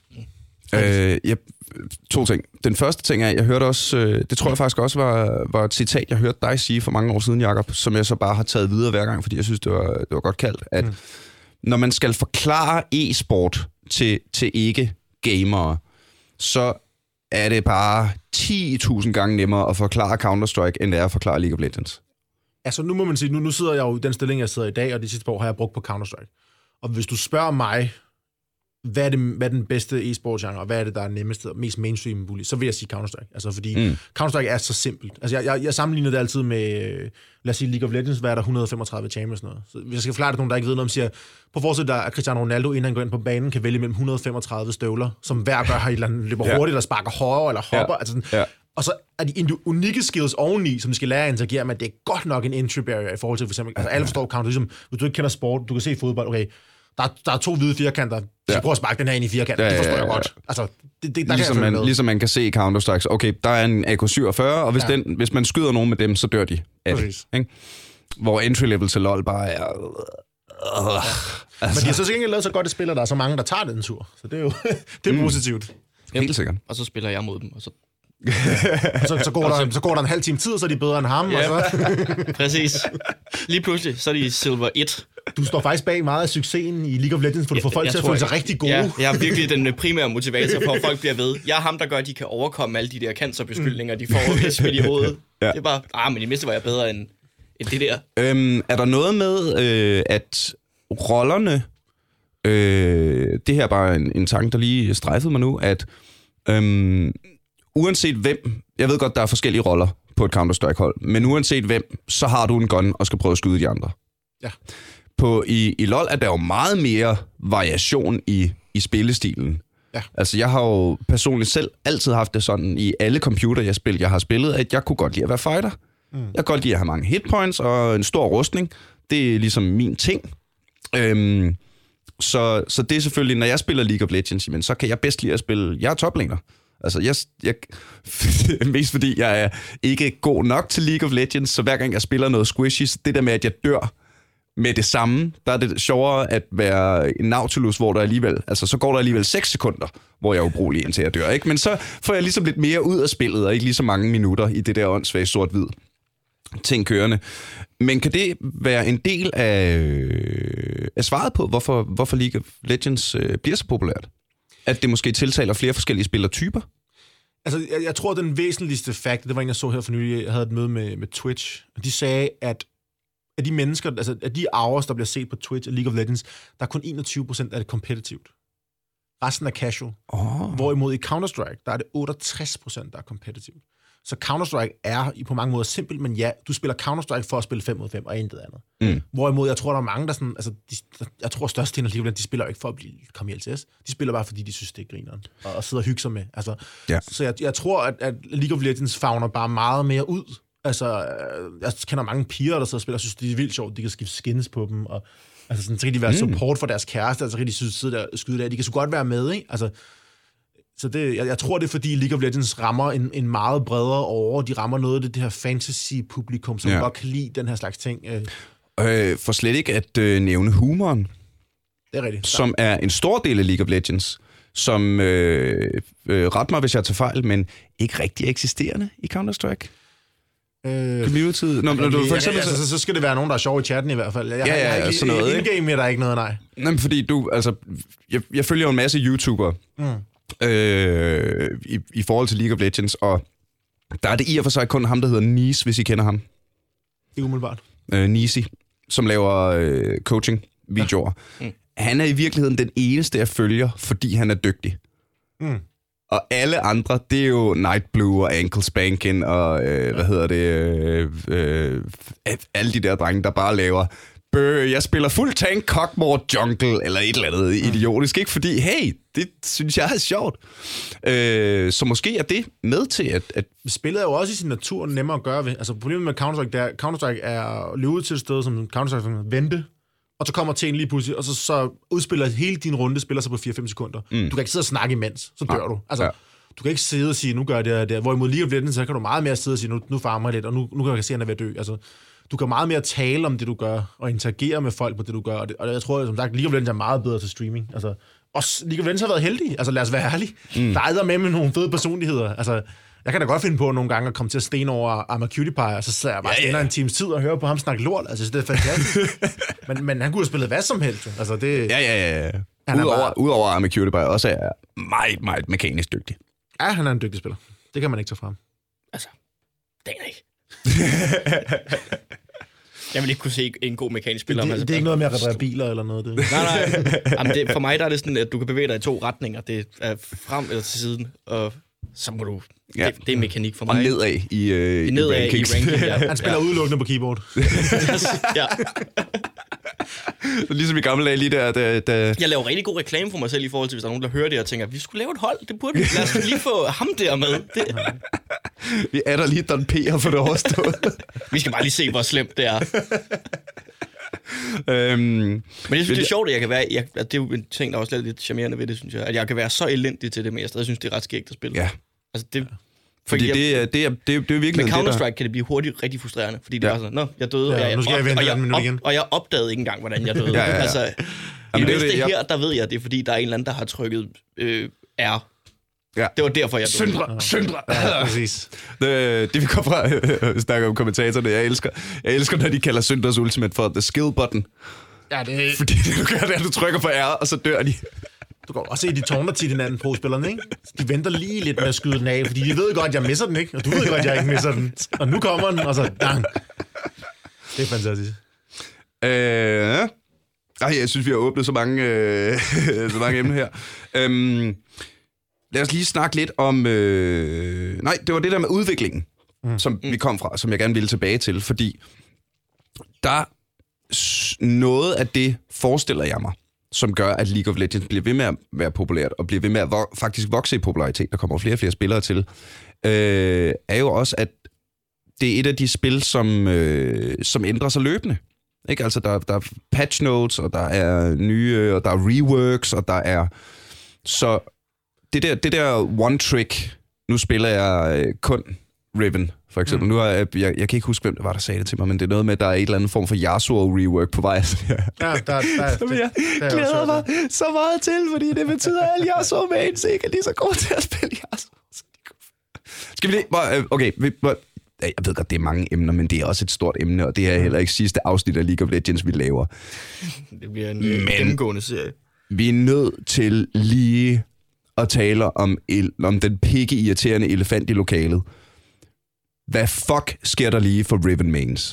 To ting. Den første ting er, jeg hørte også, det tror jeg faktisk også var et citat, jeg hørte dig sige for mange år siden, Jakob, som jeg så bare har taget videre hver gang, fordi jeg synes, det var godt kaldt, at når man skal forklare e-sport til ikke-gamere, så er det bare 10.000 gange nemmere at forklare Counter-Strike, end det er at forklare League of Legends. Altså nu må man sige, nu sidder jeg jo i den stilling, jeg sidder i dag, og de sidste par år har jeg brugt på Counter-Strike. Og hvis du spørger mig, hvad er den bedste e-sport-genre, og hvad er det, der er nemmest og mest mainstream muligt, så vil jeg sige Counter-Strike. Altså, fordi Counter-Strike er så simpelt. Altså, jeg sammenligner det altid med, lad os sige, League of Legends, hvad er der 135 champions noget. Så hvis jeg skal forklare det, nogen der ikke ved noget om, siger, på forsøg der er Cristiano Ronaldo, inden han går ind på banen, kan vælge mellem 135 støvler, som hver gør har et eller andet, løber hurtigt, eller sparker højere, eller hopper. Altså sådan. Og så er de unikke skills oveni, som de skal lære at interagere med, det er godt nok en entry barrier i forhold til, for eksempel, altså alle forstår Counter, ligesom, hvis du ikke kender sport, du kan se fodbold, okay, der er 2 hvide firkanter. Så prøv at sparke den her ind i firkanten. Det forstår jeg godt. Altså, ligesom man kan se i Counter-Strike. Okay, der er en AK-47, og hvis man skyder nogen med dem, så dør de. Præcis. Ikke? Hvor entry-level til LoL bare er... Men de har så ikke lavet så godt et spiller, der er så mange, der tager den tur. Så det er jo det er positivt. Helt sikkert. Og så spiller jeg mod dem, og så... så går der en halv time tid, så er de bedre end ham. Ja, og så... præcis. Lige pludselig, så er de Silver 1. Du står faktisk bag meget af succesen i League of Legends, for du får folk til at føle sig rigtig gode. Ja, jeg er virkelig den primære motivator for, at folk bliver ved. Jeg er ham, der gør, at de kan overkomme alle de der cancerbeskyldninger, de får et spil i hovedet. Ja. Det er bare, men i mindste var jeg bedre end det der. Er der noget med, at rollerne... det her er bare en tanke, der lige strejfede mig nu, at... uanset hvem, jeg ved godt, der er forskellige roller på et Counter-Strike-hold, men uanset hvem, så har du en gun og skal prøve at skyde de andre. Ja. I LoL er der jo meget mere variation i spillestilen. Ja. Altså, jeg har jo personligt selv altid haft det sådan i alle computer, jeg har spillet, at jeg kunne godt lide at være fighter. Jeg kan godt lide at have mange hitpoints og en stor rustning. Det er ligesom min ting. Så det er selvfølgelig, når jeg spiller League of Legends, men så kan jeg bedst lide at spille... Jeg er toplaner. Altså, jeg mest fordi jeg er ikke god nok til League of Legends, så hver gang jeg spiller noget squishy, det der med, at jeg dør med det samme, der er det sjovere at være en Nautilus, hvor der alligevel, altså så går der alligevel 6 sekunder, hvor jeg er ubrugelig, indtil jeg dør, ikke? Men så får jeg ligesom lidt mere ud af spillet, og ikke lige så mange minutter i det der åndssvage sort-hvid ting kørende. Men kan det være en del af svaret på, hvorfor League of Legends bliver så populært? At det måske tiltaler flere forskellige spillertyper? Altså, jeg tror, den væsentligste fakt, det var en, jeg så her for nylig, jeg havde et møde med Twitch, og de sagde, at af de mennesker, altså af de hours, der bliver set på Twitch af League of Legends, der er kun 21% af det competitivt. Resten er casual. Hvorimod i Counter-Strike, der er det 68%, der er competitivt. Så Counter-Strike er på mange måder simpelt, men ja, du spiller Counter-Strike for at spille 5 mod 5 og intet andet. Hvorimod jeg tror, der er mange, der sådan, altså, jeg tror størstedelen af League of Legends, de spiller jo ikke for at komme i LCS. De spiller bare, fordi de synes, det er grineren, og sidder og hygger sig med. Altså, ja. Så jeg tror, at League of Legends favner bare meget mere ud. Altså, jeg kender mange piger, der sidder og spiller, og synes, det er vildt sjovt, de kan skifte skins på dem, og altså, sådan, så kan de være support for deres kæreste, altså, de sidder der og skyder der. De kan så godt være med, ikke? Altså, så det, jeg tror, det er, fordi League of Legends rammer en meget bredere over. De rammer noget af det her fantasy-publikum, som godt kan lide den her slags ting. For slet ikke at nævne humoren. Det er rigtigt. Som er en stor del af League of Legends, som, ret mig hvis jeg tager fejl, men ikke rigtig eksisterende i Counter-Strike. Community. Så skal det være nogen, der er sjov i chatten i hvert fald. Jeg har sådan noget, ikke in-game, der er ikke noget, nej. Nej, men fordi du, altså, jeg følger jo en masse YouTubere i forhold til League of Legends, og der er det i og for sig kun ham, der hedder Nice, hvis I kender ham. Ikke umiddelbart. Nice, som laver coaching-videoer. Han er i virkeligheden den eneste, jeg følger, fordi han er dygtig. Og alle andre, det er jo Night Blue og Ankle Spanking og, alle de der drenge, der bare laver, jeg spiller fuld tank, cockmore, jungle, eller et eller andet idiotisk, ikke? Fordi, hey, det synes jeg er sjovt. Så måske er det med til, at... Spillet er jo også i sin natur nemmere at gøre ved. Altså, problemet med Counter-Strike, det er, Counter-Strike er løbet til et sted, som Counter-Strike vente, og så kommer til en lige pludselig, og så udspiller hele din runde, spiller sig på 4-5 sekunder. Du kan ikke sidde og snakke imens, så dør du. Altså, du kan ikke sidde og sige, nu gør jeg det der. Hvorimod League of Legends, så kan du meget mere sidde og sige, nu farmer jeg lidt, og nu kan jeg se, at han er ved at dø. Altså, du kan meget mere tale om det, du gør, og interagere med folk på det, du gør. Og jeg tror, som sagt, League of Legends er meget bedre til streaming. Altså, også League of Legends har været heldig. Altså, lad os være ærlige. Der er med nogle fede personligheder. Altså, jeg kan da godt finde på nogle gange at komme til at stene over AmaCutie, og så sidder jeg bare stener en times tid og hører på ham snakke lort. Altså, det er fantastisk. men han kunne have spillet hvad som helst. Altså, det... Ja. Udover AmaCutie også er meget, meget mekanisk dygtig. Ja, han er en dygtig spiller. Det kan man ikke tage frem. Altså, det er ikke. Jeg vil ikke kunne se en god mekanisk spiller. Det er ikke noget med at reparere biler eller noget. Det. Nej. Jamen, for mig der er det sådan, at du kan bevæge dig i 2 retninger. Det er frem eller til siden, og så må du... Ja. Det er mekanik for mig. Og nedad i rankings. Ja. Han spiller udelukkende på keyboard. Ja. Ligesom i gamle dage lige der... Jeg laver rigtig god reklame for mig selv i forhold til, hvis der er nogen, der hører det og tænker, vi skulle lave et hold, det burde vi. Lad os lige få ham der med. Det. Vi er der lige Don P'er for det overstået. Vi skal bare lige se, hvor slemt det er. Men jeg synes, det er sjovt, at jeg kan være... det er jo en ting, der er også lidt charmerende ved det, synes jeg. At jeg kan være så elendig til det, men jeg stadig synes, det er ret skægt at spille. Ja. Altså, det... Fordi det er virkelig... Med Counter-Strike kan det blive hurtigt rigtig frustrerende, fordi det er sådan, jeg døde, og jeg opdagede ikke engang, hvordan jeg døde. Altså, i det her, der ved jeg, det er fordi, der er en eller anden, der har trykket R. Ja. Det var derfor, jeg døde. Syndre. Ja, præcis. Det vi kommer fra, snakker om kommentatorerne, jeg elsker, når de kalder Synders Ultimate for the skill button. Ja, det... Fordi det du gør, det er, at du trykker på R, og så dør de. Du kan også se, de tårner til hinanden, pro-spillerne, ikke? De venter lige lidt med at skyde den af, fordi de ved godt, at jeg misser den, ikke? Og du ved godt, at jeg ikke misser den. Og nu kommer den, og så dang. Det er fantastisk. Jeg synes, vi har åbnet så mange emner her. Lad os lige snakke lidt om... det var det der med udviklingen, som vi kom fra, som jeg gerne ville tilbage til, fordi der noget af det, forestiller jeg mig, som gør, at League of Legends bliver ved med at være populært, og bliver ved med at faktisk vokse i popularitet, der kommer flere og flere spillere til, er jo også, at det er et af de spil, som ændrer sig løbende. Ikke? Altså, der er patch notes, og der er nye, og der er reworks, og der er... Så det der one trick, nu spiller jeg kun Riven for eksempel. Nu jeg kan ikke huske, hvem det var, der sagde det til mig, men det er noget med, at der er et eller andet form for Yasuo-rework på vej. Ja, der jeg glæder mig så meget til, fordi det betyder, at alle Yasuo-mains ikke er lige så gode til at spille Yasuo. Skal vi lige... Okay, jeg ved godt, det er mange emner, men det er også et stort emne, og det er heller ikke sidste afsnit af League of Legends, vi laver. Det bliver en gennemgående serie. Vi er nødt til lige at tale om den pikke-irriterende elefant i lokalet. Hvad fuck sker der lige for Riven Mains?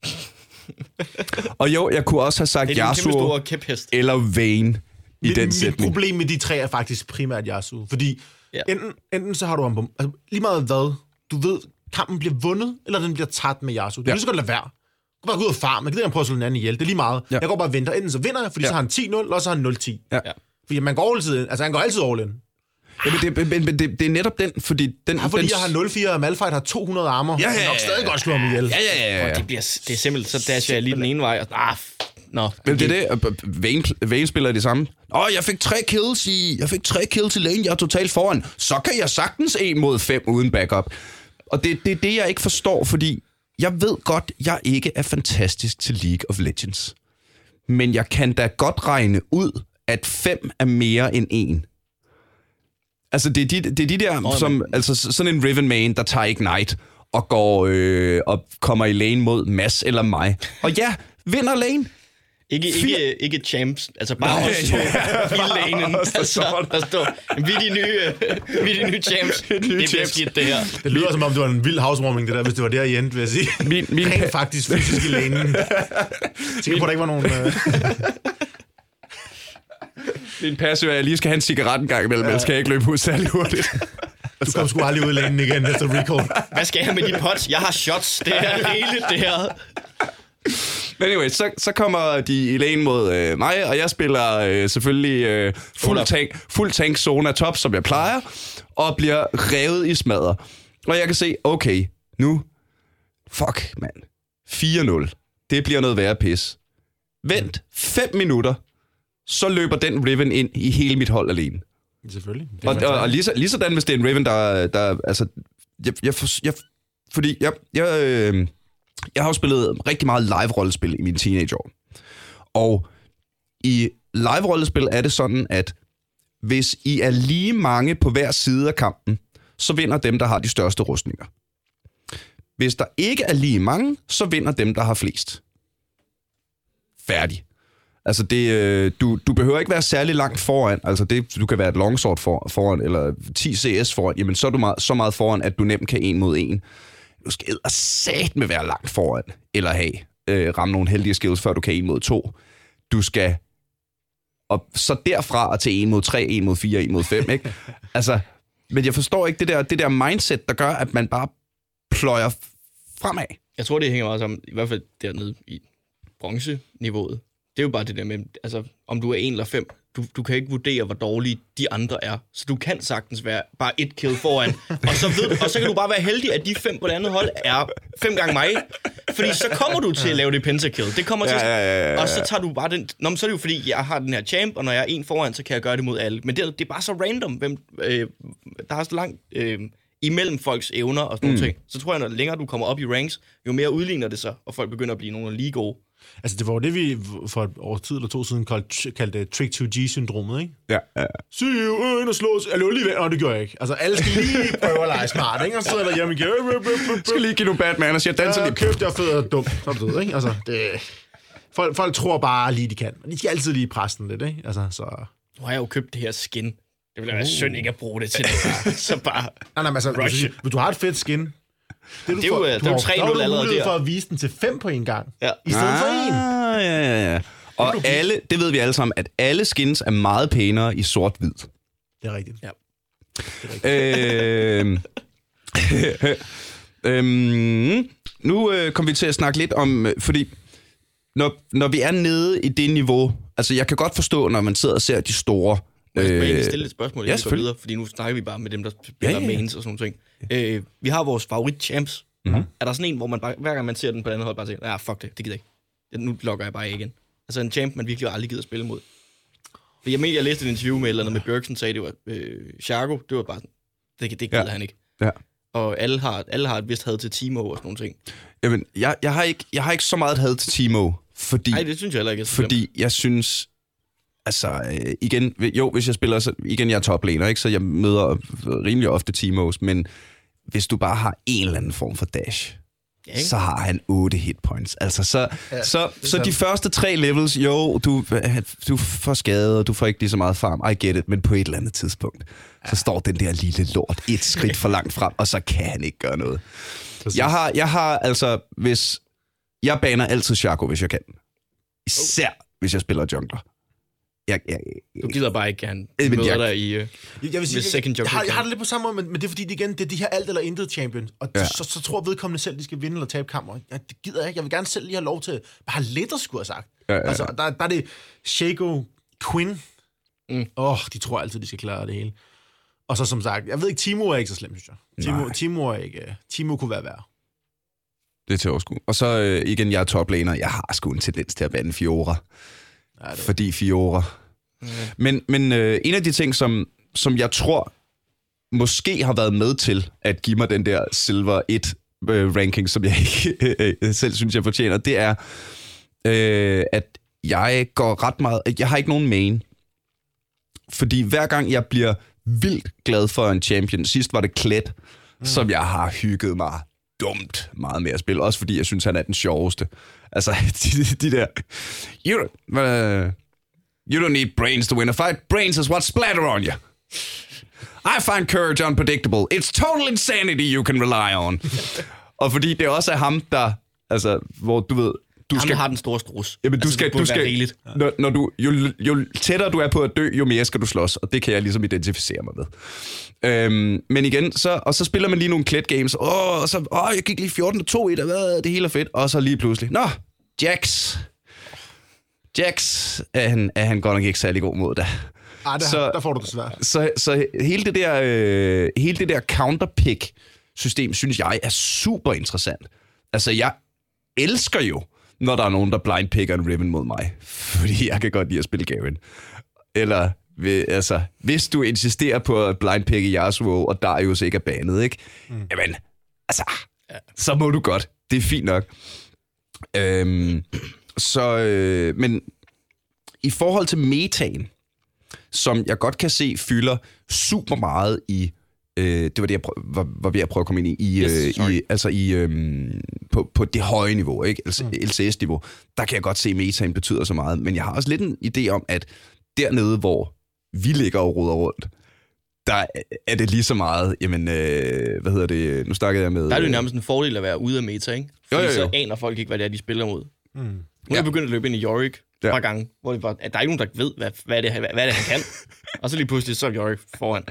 Og jo, jeg kunne også have sagt Yasuo eller Vayne i den sætning. Mit problem med de tre er faktisk primært Yasuo, fordi enten så har du ham altså, lige meget hvad, du ved, kampen bliver vundet, eller den bliver tabt med Yasuo. Du kan lige så godt lade være. Du kan bare gå ud og farme. Jeg gider ikke prøve at slå den anden ihjel. Det er lige meget. Jeg går bare og venter. Enten så vinder jeg, fordi så har han 10-0, eller så har han 0-10. Ja. Fordi man går altid, altså han går altid all in. Men det er netop den, fordi den... fordi jeg har 0-4, og Malphite har 200 armor. Jeg kan nok stadig godt slå ham ihjel. Ja. Det er simpelthen, så dasher jeg lige den ene vej. Men det er det. Vayne spiller det samme. Jeg fik 3 kills i lane. Jeg er totalt foran. Så kan jeg sagtens 1 mod 5 uden backup. Og det er det, jeg ikke forstår, fordi jeg ved godt, jeg ikke er fantastisk til League of Legends. Men jeg kan da godt regne ud, at 5 er mere end 1. Altså, det er de der, som, altså sådan en Riven main, der tager Ignite og går og kommer i lane mod Mads eller mig. Og ja, vinder lane. Ikke champs, altså bare i lanen. Altså, der står, vi er de nye champs. Det bliver skidt, det her. Det lyder som om, det var en vild housewarming, det der, hvis det var der i end, vil jeg sige. Rent faktisk fysisk i lanen. Sikker på, der ikke var nogen... Min passiv er, at jeg lige skal have en cigaret en gang imellem, ellers skal jeg ikke løbe ud særlig hurtigt. Du kommer sgu aldrig ud i lanen igen efter recall. Hvad skal jeg med de pots? Jeg har shots. Det er rigeligt, det her. Men anyway, så kommer de i lane mod mig, og jeg spiller selvfølgelig fuld tank zone af top, som jeg plejer, og bliver revet i smadder. Og jeg kan se, okay, nu, fuck, mand, 4-0. Det bliver noget værre pis. Vent 5 minutter, så løber den Riven ind i hele mit hold alene. Selvfølgelig. Og lige sådan, hvis det er en Riven, der altså, fordi jeg har jo spillet rigtig meget live-rollespil i mine teenageår. Og i live-rollespil er det sådan, at hvis I er lige mange på hver side af kampen, så vinder dem, der har de største rustninger. Hvis der ikke er lige mange, så vinder dem, der har flest. Færdig. Altså, du behøver ikke være særlig langt foran. Altså, du kan være et longsword foran, eller 10 CS foran. Jamen, så er du så meget foran, at du nemt kan 1 mod 1. Du skal satme være langt foran, eller ramme nogle heldige skills, før du kan 1 mod 2. Du skal... Og så derfra til 1 mod 3, 1 mod 4, 1 mod 5, ikke? Altså, men jeg forstår ikke det der mindset, der gør, at man bare pløjer fremad. Jeg tror, det hænger meget sammen, i hvert fald dernede i bronzeniveauet. Det er jo bare det der med, altså, om du er 1 eller 5, du kan ikke vurdere, hvor dårlige de andre er. Så du kan sagtens være bare 1 kill foran, og så kan du bare være heldig, at de 5 på det andet hold er 5 gange mig. Fordi så kommer du til at lave det pentakill. Det kommer til, og så tager du bare den... Nå, men så er det jo fordi, jeg har den her champ, og når jeg er 1 foran, så kan jeg gøre det mod alle. Men det er bare så random, hvem der er så langt imellem folks evner og sådan noget ting. Så tror jeg, når længere du kommer op i ranks, jo mere udligner det sig, og folk begynder at blive nogle lige gode. Altså, det var jo det, vi for et år tid eller 2 siden kaldte Trick-2G-syndromet, ikke? Ja. Se jo, ind og slås. Jeg løb lige væk. Det gjorde jeg ikke. Altså, alle skal lige prøve at lege smart, ikke? Og så sidder der hjemme igen. Skal lige give nogle Batman og siger, danser lige. Køb, det er fedt og dumt. Så er det død, ikke? Altså, folk tror bare lige, de kan. Men de skal altid lige presse den lidt, ikke? Altså, så... Nu har jeg jo købt det her skin. Det ville være synd ikke at bruge det til det. Så bare nej, altså, hvis du har et fedt skin... Det er jo 3-0 allerede der. For at vise den til 5 på en gang. Ja. I stedet for 1. Ja. Og det ved vi alle sammen, at alle skins er meget pænere i sort-hvid. Det er rigtigt. Ja. Nu kommer vi til at snakke lidt om, fordi når vi er nede i det niveau, altså jeg kan godt forstå, når man sidder og ser de store... Jeg vil stille et spørgsmål, inden vi går videre, fordi nu snakker vi bare med dem, der spiller mains og sådan noget. Vi har vores favorit-champs. Mm-hmm. Er der sådan en, hvor man bare, hver gang man ser den på det andet hold, bare siger, fuck det gider jeg ikke. Nu logger jeg bare af igen. Altså en champ, man virkelig aldrig gider at spille mod. Jeg læste et interview med eller noget med Bjørksen, sagde det var Shargo, det var bare sådan, det gider han ikke. Ja. Og alle har et vist had til Teemo og sådan nogle ting. Jamen, jeg har ikke så meget had til Teemo, fordi... Nej, det synes jeg heller ikke. Fordi jeg synes... Altså, igen, hvis jeg spiller... Så, igen, jeg er toplaner, ikke? Så jeg møder rimelig ofte Teemos, men hvis du bare har en eller anden form for dash, så har han 8 hitpoints. Altså, så de første 3 levels, jo, du får skade, og du får ikke lige så meget farm. I get it, men på et eller andet tidspunkt, så står den der lille lort et skridt for langt frem, og så kan han ikke gøre noget. Jeg har altså, hvis... Jeg baner altid Shaco, hvis jeg kan. Især, hvis jeg spiller jungler. Du gider bare ikke, han møder dig i jeg vil sige, second jungler. Jeg har det lidt på samme måde, men det er fordi, det er de her alt eller intet champions, og så tror vedkommende selv, de skal vinde eller tabe kamper. Det gider jeg ikke. Jeg vil gerne selv lige have lov til bare lidt at skulle have sagt. Altså, der er det Shaco, Quinn. De tror altid, de skal klare det hele. Og så som sagt, jeg ved ikke, Teemo er ikke så slem, synes jeg. Teemo er ikke... Teemo kunne være værre. Det er til overskue. Og så igen, jeg er toplaner. Jeg har sgu en tendens til at bande Fiora. Fordi Fiora. Men en af de ting, som jeg tror måske har været med til at give mig den der Silver 1 ranking, som jeg ikke selv synes, jeg fortjener, det er, at jeg går ret meget... Jeg har ikke nogen main. Fordi hver gang jeg bliver vildt glad for en champion, sidst var det Kled, som jeg har hygget mig dumt meget med at spille. Også fordi jeg synes, han er den sjoveste. Altså, de der... You don't need brains to win a fight. Brains is what splatter on you. I find courage unpredictable. It's total insanity you can rely on. Og fordi det også er ham, der... Altså, hvor du ved... Han har den store strus. Jamen, du skal når du, jo tættere du er på at dø, jo mere skal du slås, og det kan jeg ligesom identificere mig med. Men igen, så spiller man lige nogle Kled games, jeg gik lige 14-2 i det, det hele er fedt, og så lige pludselig, Jax er han godt nok ikke særlig god mod da. Der får du det svært. Så hele det der counterpick-system, synes jeg er super interessant. Altså, jeg elsker jo, når der er nogen, der blindpicker en Riven mod mig. Fordi jeg kan godt lide at spille Garen. Eller, hvis du insisterer på at blindpicke Yasuo, og Darius ikke er banet, ikke? Jamen, så må du godt. Det er fint nok. Men i forhold til metaen, som jeg godt kan se fylder super meget i... det var det, jeg var ved at prøve at komme ind i, på det høje niveau, ikke? Altså LCS-niveau. Der kan jeg godt se, at metaen betyder så meget. Men jeg har også lidt en idé om, at dernede, hvor vi ligger og roder rundt, der er det lige så meget, jamen, nu snakkede jeg med... Der er det jo nærmest en fordel at være ude af meta, ikke? Fordi så aner folk ikke, hvad det er, de spiller mod. Nu er jeg begyndt at løbe ind i Yorick et par gange, hvor det var, at der er ikke nogen, der ved, hvad det er, han kan. Og så lige pludselig, så er Yorick foran.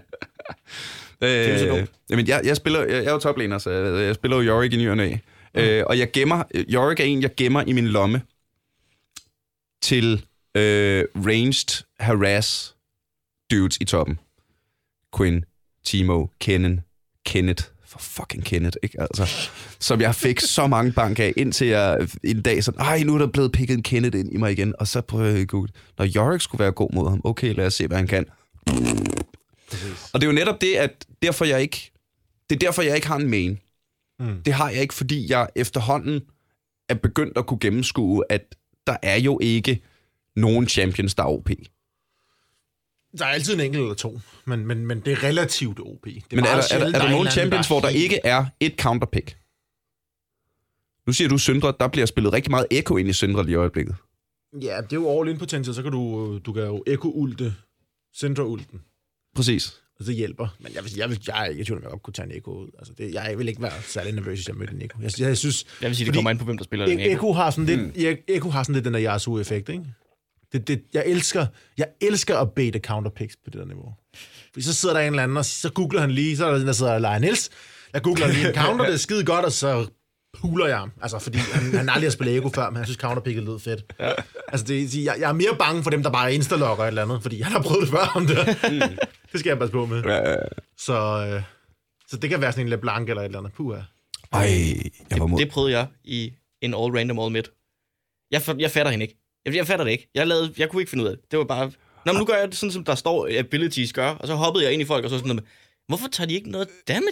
Jamen, jeg er jo toplaner, så jeg spiller jo Yorick i ny og næ. Og jeg gemmer... Yorick er en, jeg gemmer i min lomme til ranged harass dudes i toppen. Quinn, Teemo, Kenneth. For fucking Kenneth, ikke? Altså, som jeg fik så mange bank af, indtil jeg en dag sådan, nu er der blevet pikket en Kenneth ind i mig igen, og så prøver jeg at google. Når Yorick skulle være god mod ham, okay, lad os se, hvad han kan. Og det er jo netop det, at det er derfor, jeg ikke har en main. Det har jeg ikke, fordi jeg efterhånden er begyndt at kunne gennemskue, at der er jo ikke nogen champions, der er OP. Der er altid en enkelt eller to, men det er relativt OP. Men er der nogle champions, hvor der ikke er et counterpick? Nu siger du Syndra, der bliver spillet rigtig meget Echo ind i Syndra lige i øjeblikket. Ja, det er jo all-in potential, så kan du kan jo Echo-ulte, Syndra-ulten. Præcis. Og det hjælper. Men jeg er ikke i tvivl om, jeg godt kunne tage en Echo ud. Altså, jeg vil ikke være særlig nervøs, hvis jeg mødte en Echo. Jeg synes... Jeg vil sige, det kommer ind på, hvem der spiller den Echo. Echo har sådan lidt den der Yasuo-effekt, ikke? Jeg elsker at bete counterpicks på det der niveau. Fordi så sidder der en eller anden, og så googler han lige, så er der den, der sidder Lion Niels. Jeg googler lige en counter, det er skide godt, og så puler jeg ham. Altså, fordi han aldrig har spillet Echo før, men han synes counterpicket lød fedt. Ja. Altså, jeg er mere bange for dem, der bare instalogger et eller andet, fordi han har prøvet det før om det. Det skal jeg passe på med. Ja. Så det kan være sådan en LeBlanc eller et eller andet. Puha. Det prøvede jeg i en all random all mid. Jeg fatter hende ikke. Jeg fatter det ikke. Jeg kunne ikke finde ud af det. Det var bare... nu gør jeg det sådan, som der står abilities gør, og så hoppede jeg ind i folk, og så sådan noget med, hvorfor tager de ikke noget damage?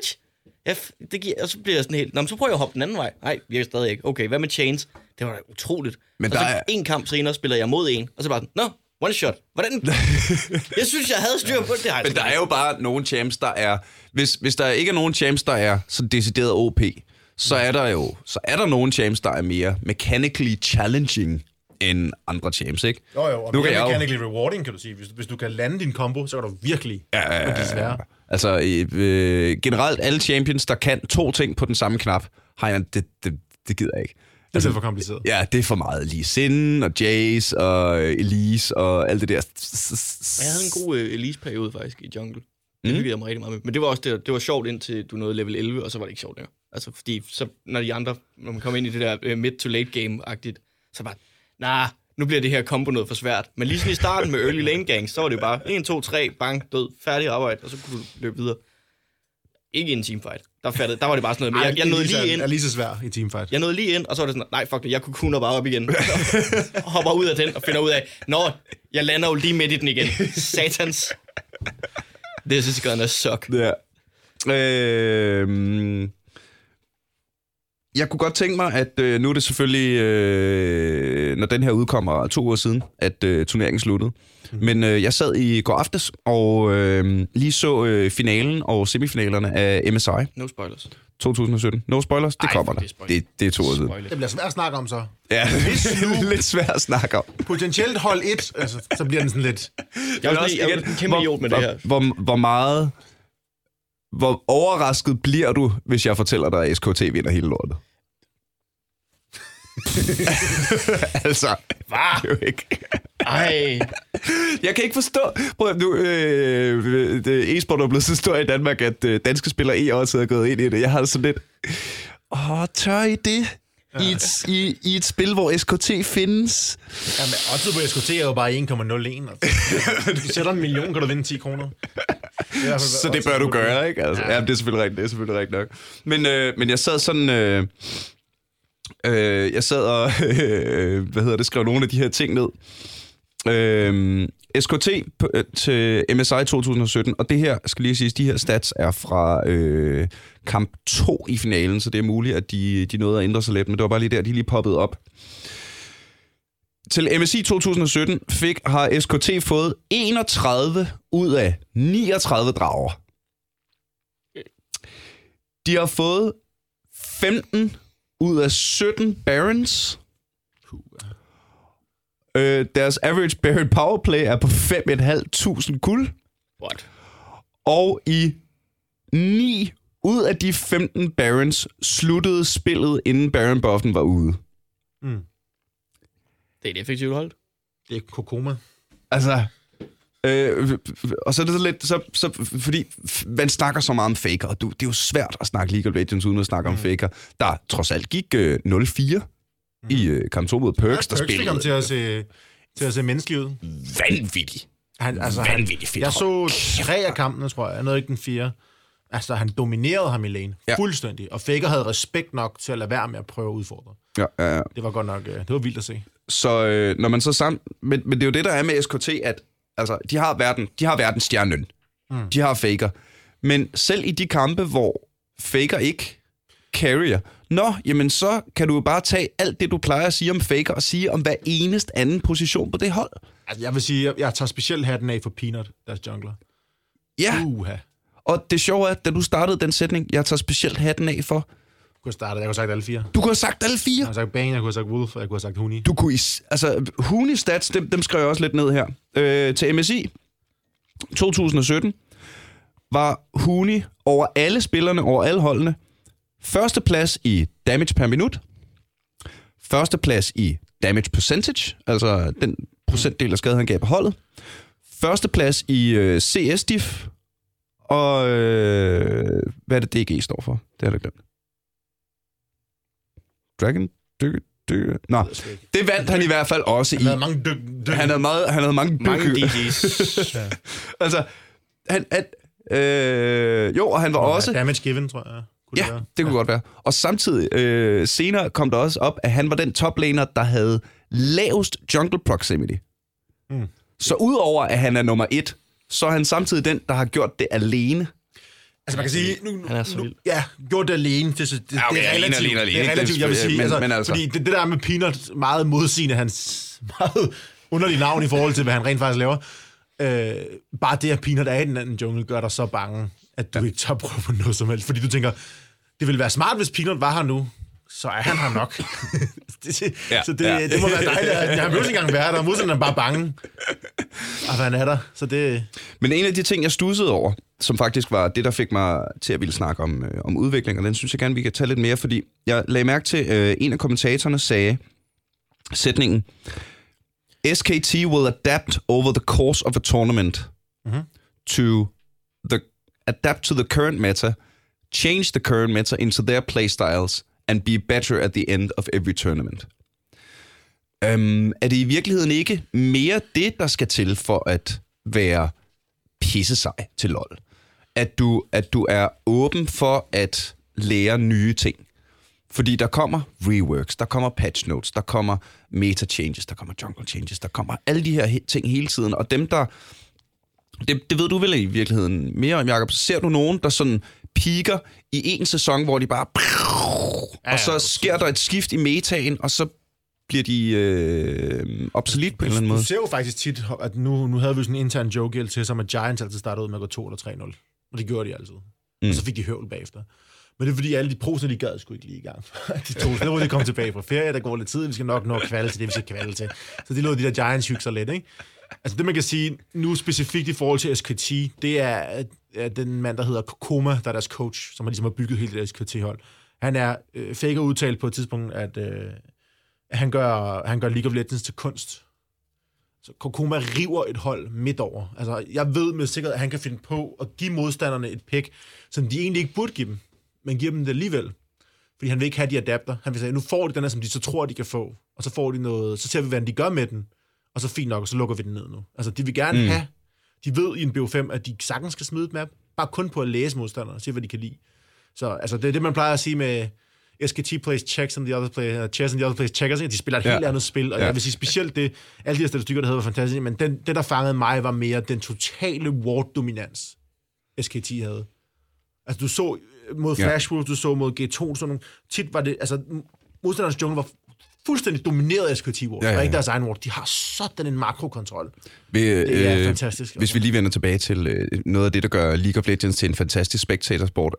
Og så bliver jeg sådan helt... Nå, men så prøver jeg at hoppe den anden vej. Nej, virker stadig ikke. Okay, hvad med chains? Det var da utroligt. Men og så en kamp senere spiller jeg mod en, og så bare sådan, nå, one shot. Hvordan? Jeg synes, jeg havde styr på det. Men der er jo bare nogle champs, der er... Hvis der ikke er nogen champs, der er så decideret OP, så er der nogle champs, der er mere mechanically challenging end andre champs, ikke? Jo, og nu mere mechanically rewarding, kan du sige. Hvis du kan lande din combo, så er du virkelig svære. Altså, generelt alle champions, der kan 2 ting på den samme knap, har jeg... Det gider jeg ikke. Det er for kompliceret. Ja, det er for meget. Lee Sin og Jace og Elise og alt det der. Jeg havde en god Elise-periode faktisk i jungle. Det hyggede jeg mig rigtig meget med. Men det var også det var sjovt indtil du nåede level 11, og så var det ikke sjovt længere. Altså, fordi så, når man kommer ind i det der mid-to-late game-agtigt, så bare, nu bliver det her combo noget for svært. Men lige sådan i starten med early lane gangs, så var det jo bare 1, 2, 3, bang, død, færdig arbejde, og så kunne du løbe videre. Ikke i en teamfight. Der var det bare sådan noget, men jeg nåede lige ind. Er lige så svær i teamfight. Jeg nåede lige ind, og så var det sådan, nej, fuck det, jeg kunne kun bare op igen. Hopper ud af den og finder ud af, jeg lander jo lige midt i den igen. Satans. Det synes jeg er suck. Ja. Jeg kunne godt tænke mig, at nu er det selvfølgelig, når den her udkommer 2 uger siden, at turneringen sluttede. Men jeg sad i går aftes og lige så finalen og semifinalerne af MSI. No spoilers. 2017. No spoilers, det kommer der. Det er 2 år siden. Det bliver svært at snakke om så. Ja, lidt svært at snakke om. Potentielt hold 1, altså, så bliver den sådan lidt... Jeg er en kæmpe idiot med det her. Hvor overrasket bliver du, hvis jeg fortæller dig, at SKT vinder hele lortet? Altså, hvad? Det er jo ikke... Ej. Jeg kan ikke forstå... Prøv at nu, e-sport er blevet så stor i Danmark, at danske spillere også er gået ind i det. Jeg har sådan lidt... tør I det? I et spil, hvor SKT findes? Jamen, oddset på SKT er jo bare 1,01. Altså. Du sætter 1 million, kan du vinde 10 kroner. Så det bør du gøre, ikke? Altså, ja, det er selvfølgelig rigtigt nok. Men jeg sad sådan... jeg sad og skrev nogle af de her ting ned. SKT til MSI 2017, og det her, skal lige sige, de her stats er fra kamp 2 i finalen, så det er muligt, at de nåede at ændre sig lidt, men det var bare lige der, de lige poppede op. Til MSI 2017 har SKT fået 31 ud af 39 drager. De har fået 15 ud af 17 Barons. Deres average Baron powerplay er på 5.500 guld. What? Og i 9 ud af de 15 Barons sluttede spillet, inden Baron-buffen var ude. Det er et effektivt hold. Det er Kokoma. Altså... og så er det så lidt, fordi man snakker så meget om faker, og det er jo svært at snakke League of Legends uden at snakke om faker. Der trods alt gik 0-4 i kamp 2 mod Perks, der spillede. Perks til at se menneskelig ud. Vanvittig. Vanvittig fedt. Jeg så 3 af kampene, tror jeg. Jeg nåede ikke den 4. Altså, han dominerede ham i lane. Fuldstændig. Og Faker havde respekt nok til at lade være med at prøve at udfordre. Ja. Det var godt nok, det var vildt at se. Så når man så men det er jo det, der er med SKT, at altså, de har verdensstjernen. De har Faker. Men selv i de kampe, hvor Faker ikke carrier, jamen så kan du jo bare tage alt det, du plejer at sige om Faker, og sige om hver eneste anden position på det hold. Altså, jeg vil sige, jeg tager specielt hatten af for Peanut, deres jungler. Ja. Og det sjove er, da du startede den sætning, jeg tager specielt hatten af for... Jeg kunne have sagt alle 4. Du kunne have sagt alle 4? Jeg kunne have sagt Bane, jeg kunne have sagt Wolf, og jeg kunne have sagt Huni. Du kunne Huni stats, dem skrev jeg også lidt ned her. Til MSI 2017 var Huni over alle spillerne, over alle holdene, førsteplads i damage per minut, førsteplads i damage percentage, altså den procentdel af skade, han gav på holdet, førsteplads i CS-diff, og hvad er det DG står for? Det har jeg glemt. Dragon? Nå, det vandt han i hvert fald også i. Han havde mange DG's. Altså, og han var også... Damage given, tror jeg. Det kunne godt være. Og samtidig, senere kom der også op, at han var den toplaner, der havde lavest jungle proximity. Så udover at han er nummer 1, så er han samtidig den, der har gjort det alene. Altså man kan sige, han er så vild. Ja, gjort det alene. Det er relativt. Det er relativt, jeg vil sige. Men altså. Fordi det der med Peanut, meget modsigende, hans meget underlige navn i forhold til, hvad han rent faktisk laver. Bare det, at Peanut er i den anden jungle, gør dig så bange, at du ikke tør prøve på noget som helst. Fordi du tænker, det ville være smart, hvis Peanut var her nu. Så er han her nok. Så det må være dejligt. Han vil ikke engang være der. Modsat er bare bange. Og han er der. Så det... Men en af de ting, jeg studsede over, som faktisk var det, der fik mig til at ville snakke om udvikling, og den synes jeg gerne, vi kan tage lidt mere, fordi jeg lagde mærke til, en af kommentatorerne sagde sætningen, SKT will adapt over the course of a tournament adapt to the current meta, change the current meta into their playstyles, and be better at the end of every tournament. Er det i virkeligheden ikke mere det, der skal til for at være pisse sej til LoL? At du er åben for at lære nye ting. Fordi der kommer reworks, der kommer patch notes, der kommer meta changes, der kommer jungle changes, der kommer alle de her ting hele tiden. Og dem, der... Det ved du vel i virkeligheden mere om, Jacob. Så ser du nogen, der sådan piker i en sæson, hvor de bare... Og så sker der et skift i metaen, og så bliver de obsolet på en eller anden måde. Du ser jo faktisk tit, at nu havde vi sådan en intern joke i LT, som at Giants altid startede ud med at gå 2 eller 3-0. Og det gjorde de altid. Og så fik de høvl bagefter. Men det er fordi, alle de proser, de gad, skulle ikke lige i gang. De to steder, hvor de kom tilbage fra ferie, der går lidt tid, vi skal nok nå kvalde til det, vi skal kvalde til. Så de lod de der Giants hygge sig lidt, ikke? Altså det, man kan sige nu specifikt i forhold til SKT, det er den mand, der hedder Kokoma, der er deres coach, som har ligesom har bygget hele det SKT-hold. Han er fake udtalt på et tidspunkt, at han gør League of Legends til kunst. Så Kokoma river et hold midt over. Altså, jeg ved med sikkerhed, at han kan finde på at give modstanderne et pick, som de egentlig ikke burde give dem, men giver dem det alligevel. Fordi han vil ikke have de adapter. Han vil sige, nu får de den her, som de så tror, de kan få, og så får de noget, så ser vi, hvad de gør med den, og så fint nok, og så lukker vi den ned nu. Altså, de vil gerne have, de ved i en BO5, at de sagtens skal smide et map, bare kun på at læse modstanderne, og se, hvad de kan lide. Så altså, det er det, man plejer at sige med SKT plays checks, and the other play chess, and the other plays checkers. De spiller et helt andet spil, og jeg vil sige specielt det, alle de her statistikker, der hedder, var fantastisk, men det, der fangede mig, var mere den totale ward-dominans, SKT havde. Altså, du så mod Flash Wolf, du så mod G2, sådan nogle, tit var det, altså, modstandernes jungle var fuldstændig domineret af SKT Ward, og ikke deres egen ward. De har sådan en makrokontrol. Det er fantastisk. Hvis vi lige vender tilbage til noget af det, der gør League of Legends til en fantastisk spectatorsport.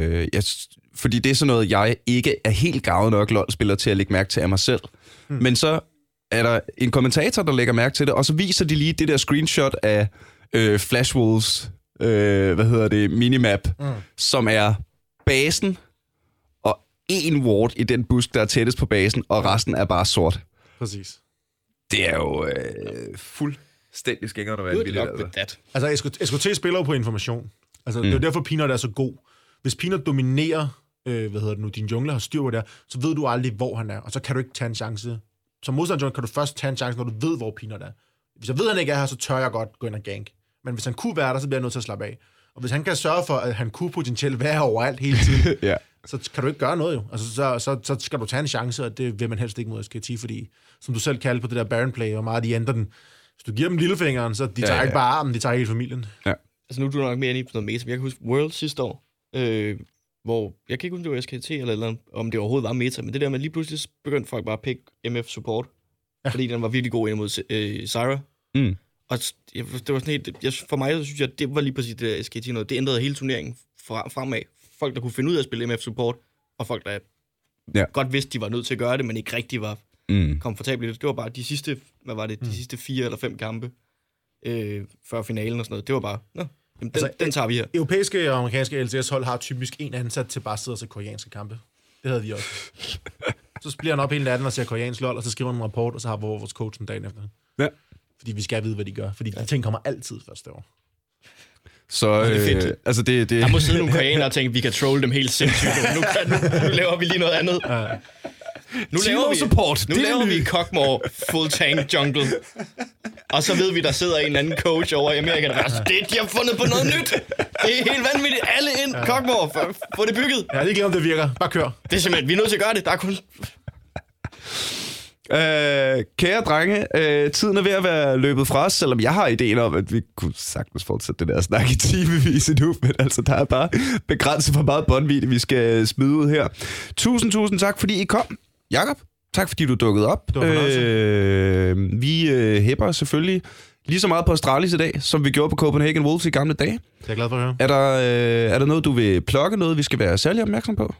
Fordi det er sådan noget, jeg ikke er helt gavet nok LoL-spiller til at lægge mærke til af mig selv. Men så er der en kommentator, der lægger mærke til det, og så viser de lige det der screenshot af Flash Wolves, minimap, som er basen, og en ward i den busk, der er tættest på basen, og resten er bare sort. Præcis. Det er jo fuldstændig skængere at være en vildt. Altså, SKT spiller jo på information. Altså, det er jo derfor, Peanut er så god. Hvis Peanut dominerer, din jungle, har styr på det, så ved du aldrig, hvor han er, og så kan du ikke tage en chance. Som modstanderjungle kan du først tage en chance, når du ved, hvor Peanut er. Hvis jeg ved, at han ikke er her, så tør jeg godt gå ind og gank. Men hvis han kunne være der, så bliver jeg nødt til at slappe af. Og hvis han kan sørge for, at han kunne potentielt være overalt hele tiden, så kan du ikke gøre noget jo. Altså, så skal du tage en chance, og det vil man helst ikke mod SKT, fordi, som du selv kaldte på det der Baron play, og meget de ændrer den. Hvis du giver dem lillefingeren, så de tager ikke bare armen, de tager hele familien. Ja. Altså nu er du nok mere inde på noget meta, men jeg kan huske World sidste år, hvor, jeg kan ikke huske, om det var SKT eller om det overhovedet var meta, men det der med lige pludselig begyndte folk bare at pick MF support, fordi den var virkelig god ind mod Zyra. Og det var sådan helt, for mig så synes jeg, at det var lige præcis det der SKT noget. Det ændrede hele turneringen fremad. Folk, der kunne finde ud af at spille MF support, og folk, der godt vidste, de var nødt til at gøre det, men ikke rigtig var komfortable i det. Det var bare de sidste, de sidste 4 eller 5 kampe før finalen og sådan noget. Det var bare, den tager vi her. Europæiske og amerikanske LCS-hold har typisk en ansat til bare at sidde og se koreanske kampe. Det havde vi også. Så bliver han op hele natten og ser koreansk LOL, og så skriver han en rapport, og så har vores coach en dag efter. Ja. Fordi vi skal vide, hvad de gør. Fordi de ting kommer altid første år. Så det er fedt. Altså det der må sidde nogle koreanere og tænke, at vi kan trolle dem helt sindssygt. Nu laver vi lige noget andet. Ja. Nu laver vi Cockmore full tank jungle. Og så ved vi, der sidder en eller anden coach over i Amerika, der bare, de har fundet på noget nyt. Det er helt vanvittigt. Alle ind. Cockmore, få det bygget. Jeg har ikke glemt, om det virker. Bare kør. Det er simpelthen, vi er nødt til at gøre det. Der er kun... Kære drenge, tiden er ved at være løbet fra os, selvom jeg har ideen om, at vi kunne sagtens fortsætte det der snak i timevis endnu, men altså, der er bare begrænset for meget båndvidde, vi skal smide ud her. Tusind tak, fordi I kom. Jakob, tak fordi du dukkede op. Vi hæpper selvfølgelig lige så meget på Astralis i dag, som vi gjorde på Copenhagen Wolves i gamle dage. Det er jeg glad for at høre. Er der noget, du vil plukke, noget vi skal være særlig opmærksom på?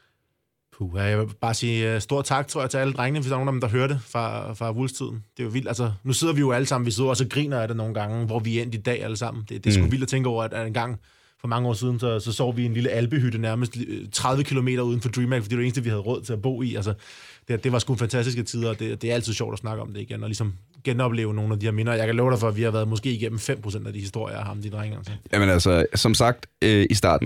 Jeg vil bare sige stor tak, tror jeg, til alle drengene, hvis der er nogen af dem, der hører det fra Wolves-tiden. Det er jo vildt. Altså, nu sidder vi jo alle sammen, vi sidder også og griner af det nogle gange, hvor vi er endt i dag alle sammen. Det er sgu vildt at tænke over, at en gang for mange år siden, så sov vi i en lille alpehytte nærmest 30 kilometer uden for DreamHack, fordi det var det eneste, vi havde råd til at bo i. Altså, det var sgu fantastiske tider, og det er altid sjovt at snakke om det igen, og ligesom genopleve nogle af de her minder. Jeg kan love dig for, at vi har været måske igennem 5% af de historier af ham, de drenge. Altså. Jamen altså, som sagt i starten,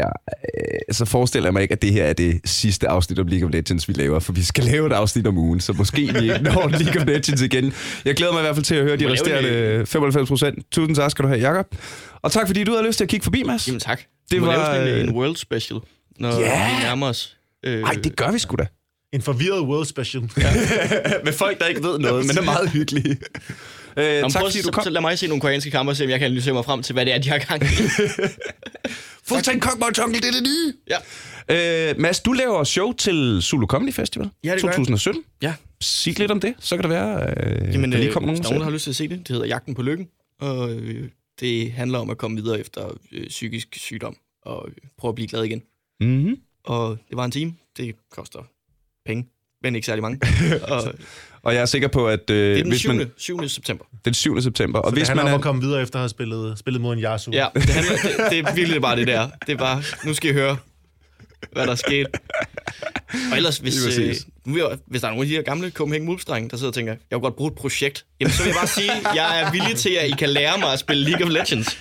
så forestiller jeg mig ikke, at det her er det sidste afsnit om League of Legends, vi laver, for vi skal lave et afsnit om ugen, så måske vi ikke når League of Legends igen. Jeg glæder mig i hvert fald til at høre de resterende 95%. Tusind tak skal du have, Jakob. Og tak fordi du havde lyst til at kigge forbi, Mads. Jamen tak. Det var en World Special, når vi nærmer os. Nej, det gør vi sgu da. En forvirret World Special. Ja. Med folk, der ikke ved noget, men er meget hyggelige. Tak fordi du kom. Så lad mig se nogle koreanske kampe og se, om jeg kan analysere mig frem til, hvad det er, de har gang i. Fuldstændig Cockboy Jungle, det er det nye. Ja. Mads, du laver show til Zulu Comedy Festival 2017. Ja. Sig lidt om det, så kan det være, jamen, der lige kommer nogen. Hvis der har lyst til at se det, det hedder Jagten på Lykken, og det handler om at komme videre efter psykisk sygdom og prøve at blive glad igen. Mm-hmm. Og det var en time. Det koster penge, men ikke særlig mange. Og jeg er sikker på, at... det er den 7. september. Den 7. september. Og så hvis det handler om at komme videre efter at have spillet mod en Yasuo. Ja, det er virkelig bare det der. Det er bare, nu skal I høre, hvad der er sket. Og ellers, hvis der er nogle af de her gamle Copenhagen Wolves-drenge, der sidder og tænker, jeg vil godt bruge et projekt, jamen så vil jeg bare sige, jeg er villig til, at I kan lære mig at spille League of Legends.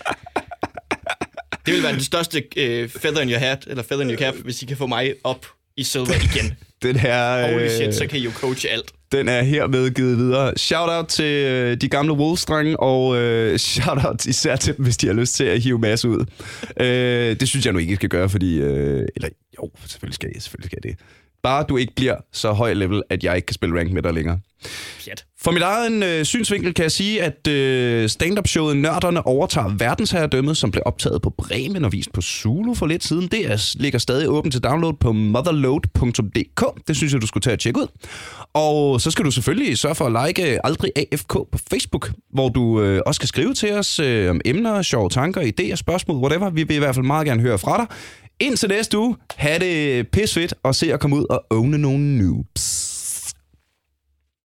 Det vil være det største feather in your hat, eller feather in your cap, hvis I kan få mig op i silver igen. Den her, holy shit, så kan I jo coache alt. Den er hermed givet videre. Shout-out til de gamle Wolves-drenge, og shout-out især til dem, hvis de har lyst til at hive masse ud. Det synes jeg nu ikke, I skal gøre, fordi... eller jo, selvfølgelig skal det. Bare du ikke bliver så høj level, at jeg ikke kan spille rank med dig længere. Pjat. For mit egen synsvinkel kan jeg sige, at stand-up-showet Nørderne overtager verdensherredømmet, som blev optaget på Bremen og vist på Zulu for lidt siden. Det ligger stadig åbent til download på motherload.dk. Det synes jeg, du skulle tage og tjekke ud. Og så skal du selvfølgelig sørge for at like Aldrig AFK på Facebook, hvor du også kan skrive til os om emner, sjove tanker, idéer, spørgsmål, whatever. Vi vil i hvert fald meget gerne høre fra dig. Indtil næste uge, have det pissfedt og se at komme ud og owne nogle noobs.